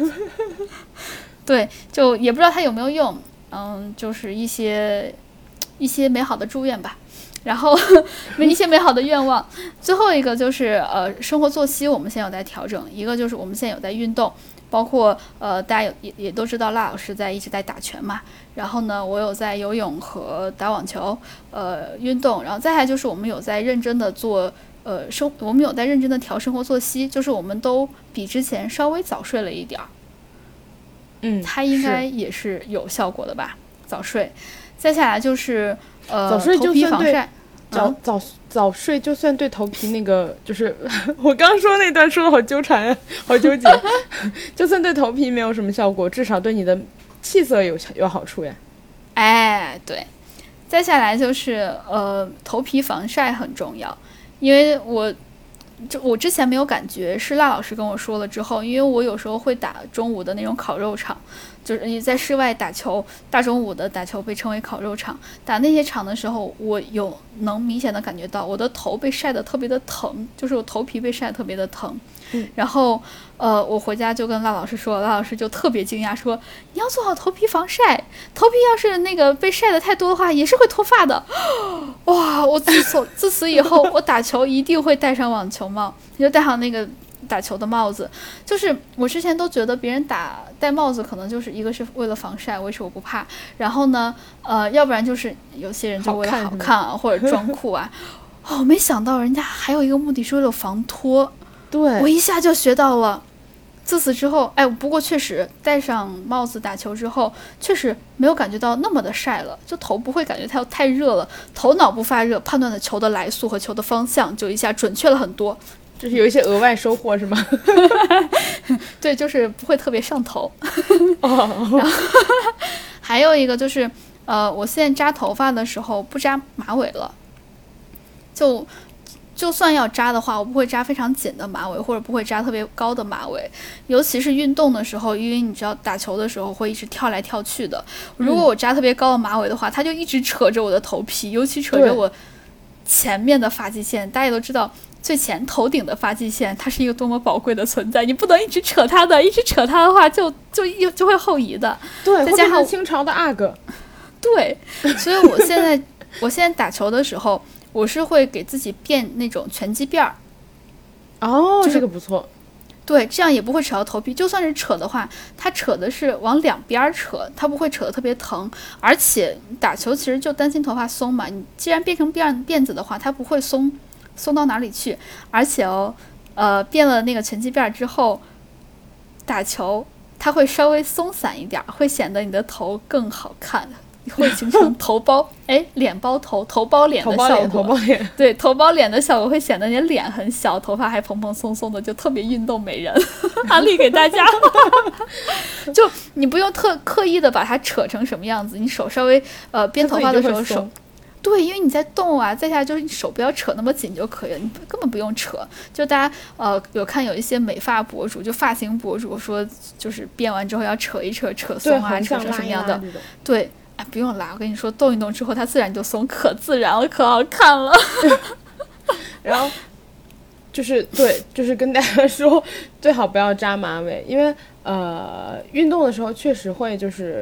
对，就也不知道它有没有用，就是一些美好的祝愿吧。然后一些美好的愿望。最后一个就是生活作息我们现在有在调整，一个就是我们现在有在运动，包括大家也都知道辣老师一直在打拳嘛，然后呢我有在游泳和打网球运动，然后再来就是我们有在认真的做我们有在认真的调生活作息，就是我们都比之前稍微早睡了一点儿。它应该也是有效果的吧，早睡。再下来就是早睡就头皮防晒。 早睡就算对头皮那个，就是我刚说那段说的好纠缠啊，好纠结。就算对头皮没有什么效果，至少对你的气色有好处呀。 哎，对。再下来就是头皮防晒很重要，因为我之前没有感觉，是辣老师跟我说了之后，因为我有时候会打中午的那种烤肉场，就是在室外打球，大中午的打球被称为烤肉场，打那些场的时候，我能明显的感觉到我的头被晒得特别的疼，就是我头皮被晒得特别的疼。然后我回家就跟辣老师说，辣老师就特别惊讶说，你要做好头皮防晒，头皮要是那个被晒得太多的话也是会脱发的。哇，我自此以后我打球一定会戴上网球帽，就戴上那个打球的帽子。就是我之前都觉得别人戴帽子可能就是一个是为了防晒，我是我不怕，然后呢要不然就是有些人就为了好看啊或者装酷啊。没想到人家还有一个目的是为了防脱。 对， 我一下就学到了。自此之后，不过确实戴上帽子打球之后，确实没有感觉到那么的晒了，就头不会感觉它太热了，头脑不发热，判断的球的来速和球的方向就一下准确了很多， 就是有一些额外收获是吗？ 对，就是不会特别上头。然后还有一个就是我现在扎头发的时候不扎马尾了，就算要扎的话，我不会扎非常紧的马尾，或者不会扎特别高的马尾，尤其是运动的时候，因为你知道打球的时候会一直跳来跳去的。如果我扎特别高的马尾的话，它就一直扯着我的头皮，尤其扯着我前面的发际线。大家也都知道，最前头顶的发际线，它是一个多么宝贵的存在，你不能一直扯它的，一直扯它的话就会后移的。 对， 再加上清朝的阿哥。 对，所以我现在打球的时候。我是会给自己垫那种拳击辫儿， 这个不错。 对，这样也不会扯到头皮。就算是扯的话，它扯的是往两边扯，它不会扯得特别疼。而且打球其实就担心头发松嘛，你既然变成辫子的话，它不会松到哪里去。而且变了那个拳击辫之后，打球它会稍微松散一点，会显得你的头更好看。会形成头包，脸包头，头包脸的效果。 头包脸， 对，头包脸的效果会显得你的脸很小，头发还蓬蓬松松的，就特别运动美人。安利给大家。就你不用刻意的把它扯成什么样子，你手稍微编头发的时候手。对，因为你在动啊，再下来就是你手不要扯那么紧就可以了，你根本不用扯。就大家有看有一些美发博主，就发型博主说，就是编完之后要扯一扯，扯松啊，扯成什么样的？对。不用拉，我跟你说，动一动之后它自然就松，可自然了，可好看了。 然后就是跟大家说，最好不要扎马尾，因为运动的时候确实会就是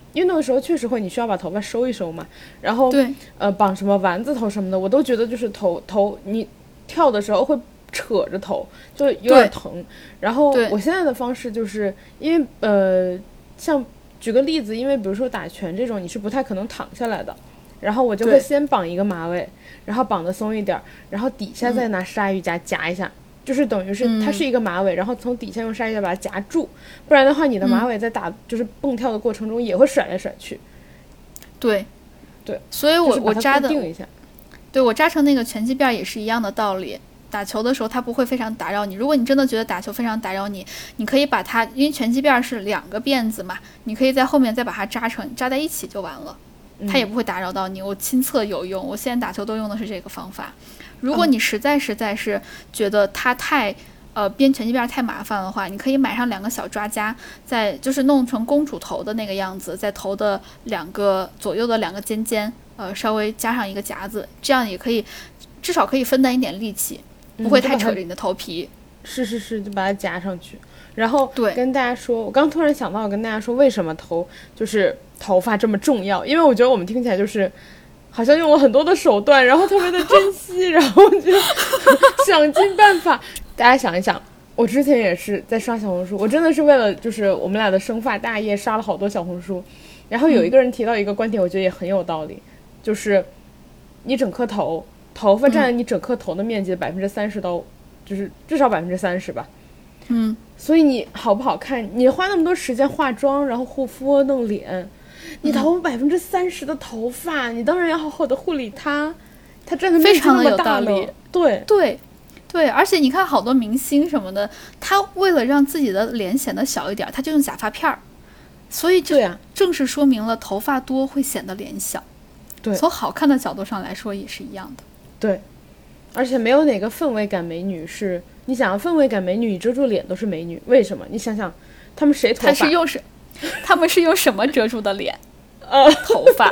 因为那个时候确实会，你需要把头发收一收嘛，然后对， 绑什么丸子头什么的，我都觉得就是头你跳的时候会扯着头，就有点疼。然后我现在的方式就是因为像举个例子，因为比如说打拳这种你是不太可能躺下来的，然后我就会先绑一个马尾，然后绑得松一点，然后底下再拿鲨鱼夹夹一下。就是等于是它是一个马尾，然后从底下用鲨鱼夹把它夹住，不然的话你的马尾在就是蹦跳的过程中也会甩来甩去。 对，所以我扎的，对，我扎成那个拳击辫也是一样的道理。打球的时候它不会非常打扰你，如果你真的觉得打球非常打扰你，你可以把它，因为拳击辫是2个辫子嘛，你可以在后面再把它扎在一起就完了，它也不会打扰到你。我亲测有用，我现在打球都用的是这个方法。如果你实在是觉得它太编拳击辫太麻烦的话，你可以买上2个小抓夹，就是弄成公主头的那个样子，在头的左右的2个尖稍微加上一个夹子，这样也可以至少可以分担一点力气，不会太扯着你的头皮。 是，就把它夹上去。然后跟大家说，我刚突然想到跟大家说为什么就是头发这么重要，因为我觉得我们听起来就是好像用了很多的手段，然后特别的珍惜然后就想尽办法。大家想一想，我之前也是在刷小红书，我真的是为了就是我们俩的生发大业刷了好多小红书，然后有一个人提到一个观点，我觉得也很有道理，就是你整颗头发占你整颗头的面积的30%到就是至少30%吧。所以你好不好看，你花那么多时间化妆，然后护肤弄脸，你头发30%的头发，你当然要好好的护理它占的面积那么大了。非常的有道理。 对，而且你看好多明星什么的，他为了让自己的脸显得小一点，他就用假发片儿，所以这正是说明了头发多会显得脸小。 对， 从好看的角度上来说也是一样的。 对，而且没有哪个氛围感美女是你想要氛围感美女，你遮住脸都是美女，为什么？你想想，他们谁头发？ 他们是用什么遮住的脸？头发。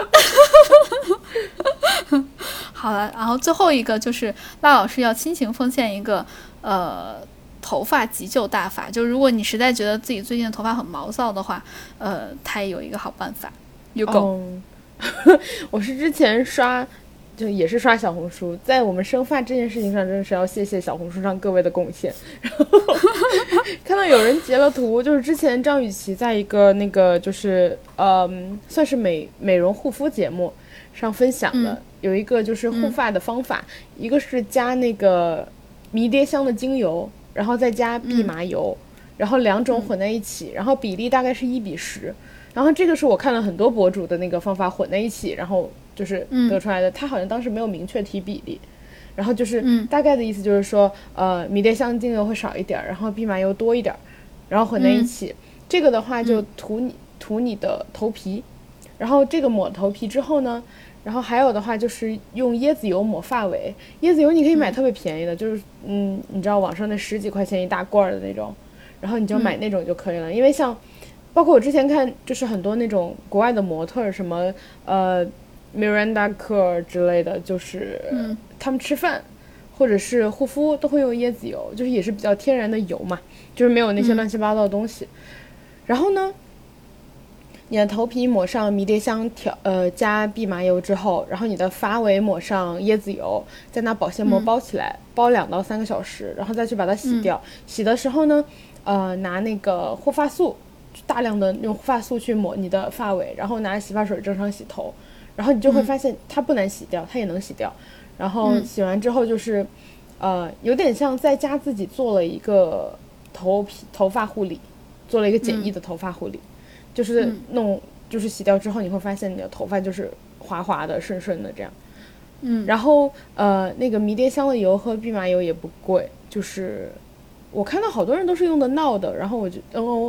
好了，然后最后一个就是辣老师要亲情奉献一个头发急救大法，就如果你实在觉得自己最近的头发很毛躁的话，他也有一个好办法。 我是之前就也是刷小红书，在我们生发这件事情上，真的是要谢谢小红书上各位的贡献。然后看到有人截了图，就是之前张雨绮在一个那个就是算是美容护肤节目上分享的，有一个就是护发的方法，一个是加那个迷迭香的精油，然后再加蓖麻油，然后2种混在一起，然后比例大概是1:10。然后这个是我看了很多博主的那个方法混在一起，然后就是得出来的。他好像当时没有明确提比例，然后就是大概的意思就是说，迷迭香精油会少一点，然后蓖麻油多一点，然后混在一起。这个的话就涂你的头皮，然后这个抹头皮之后呢，然后还有的话就是用椰子油抹发尾。椰子油你可以买特别便宜的，就是你知道网上那10几块钱一大罐的那种，然后你就买那种就可以了。因为像包括我之前看就是很多那种国外的模特什么Miranda Kerr 之类的，就是他们吃饭或者是护肤都会用椰子油，就是也是比较天然的油嘛，就是没有那些乱七八糟的东西。然后呢，你的头皮抹上迷迭香加蓖麻油之后，然后你的发尾抹上椰子油，再拿保鲜膜包起来，包2到3个小时，然后再去把它洗掉。洗的时候呢，拿那个护发素，大量的用护发素去抹你的发尾，然后拿洗发水正常洗头，然后你就会发现它不难洗掉，它也能洗掉。然后洗完之后就是有点像在家自己做了一个头发护理，做了一个简易的头发护理，就是就是洗掉之后你会发现你的头发就是滑滑的顺顺的这样。然后那个迷迭香的油和蓖麻油也不贵，就是我看到好多人都是用的闹的，然后我就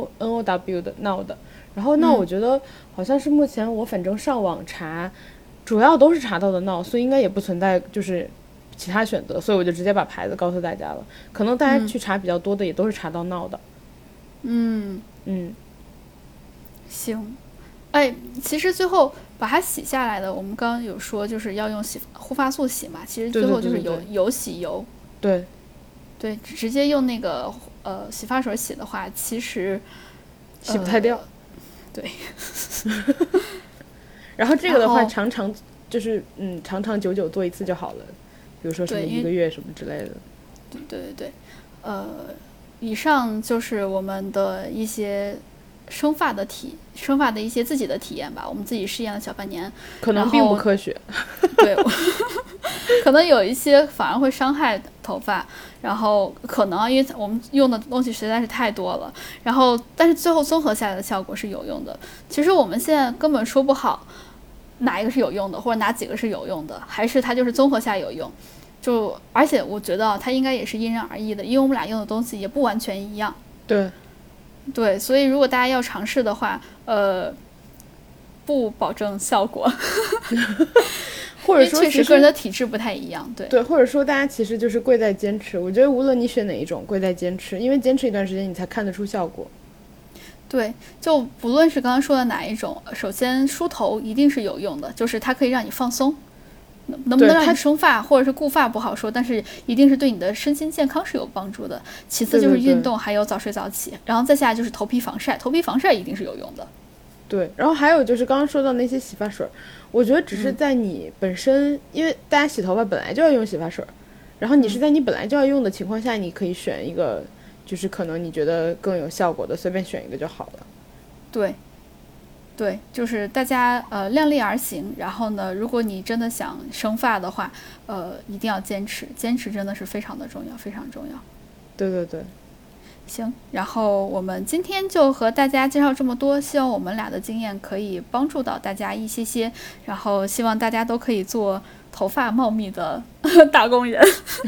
NOW 的闹的，然后那我觉得好像是目前我反正上网查主要都是查到的闹，所以应该也不存在就是其他选择，所以我就直接把牌子告诉大家了。可能大家去查比较多的也都是查到闹的。 行。哎，其实最后把它洗下来的，我们刚刚有说就是要用护发素洗嘛，其实最后就是油洗油。对，直接用那个洗发水洗的话，其实洗不太掉。 对。 然后这个的话，常常就是长长久久做一次就好了，比如说什么1个月什么之类的。 对，以上就是我们的一些生发的一些自己的体验吧，我们自己试验了小半年， 可能并不科学。 对，可能有一些反而会伤害头发，然后可能因为我们用的东西实在是太多了，然后但是最后综合下来的效果是有用的。其实我们现在根本说不好哪一个是有用的，或者哪几个是有用的，还是它就是综合下有用。而且我觉得它应该也是因人而异的，因为我们俩用的东西也不完全一样。对，所以如果大家要尝试的话，不保证效果， 或者说确实个人的体质不太一样。 对，或者说大家其实就是贵在坚持。我觉得无论你选哪一种，贵在坚持，因为坚持一段时间你才看得出效果。 对，就不论是刚刚说的哪一种，首先梳头一定是有用的，就是它可以让你放松。能不能让你生发或者是固发不好说，但是一定是对你的身心健康是有帮助的。其次就是运动，还有早睡早起，然后再下就是头皮防晒，头皮防晒一定是有用的。 对，然后还有就是刚刚说到那些洗发水，我觉得只是在你本身，因为大家洗头发本来就要用洗发水，然后你是在你本来就要用的情况下，你可以选一个就是可能你觉得更有效果的，随便选一个就好了。 对，就是大家量力而行。然后呢，如果你真的想生发的话，一定要坚持，坚持真的是非常的重要，非常重要。 对。 行，然后我们今天就和大家介绍这么多，希望我们俩的经验可以帮助到大家一些，然后希望大家都可以做头发茂密的打工人。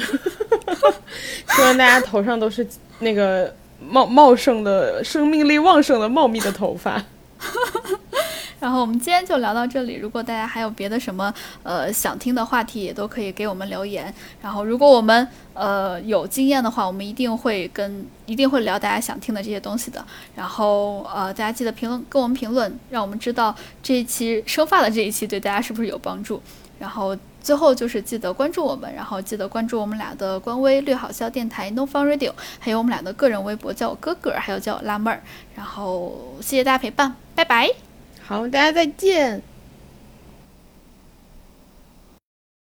希望大家头上都是那个茂盛的、生命力旺盛的茂密的头发。 然后我们今天就聊到这里，如果大家还有别的什么想听的话题，也都可以给我们留言。然后如果我们有经验的话，我们一定会聊大家想听的这些东西的。然后大家记得跟我们评论，让我们知道这一期生发的这一期对大家是不是有帮助。然后最后就是记得关注我们，然后记得关注我们俩的官微略好笑电台 No Fun Radio， 还有我们俩的个人微博，叫我哥哥，还有叫我辣妹儿。然后谢谢大家陪伴，拜拜。 好，大家再见。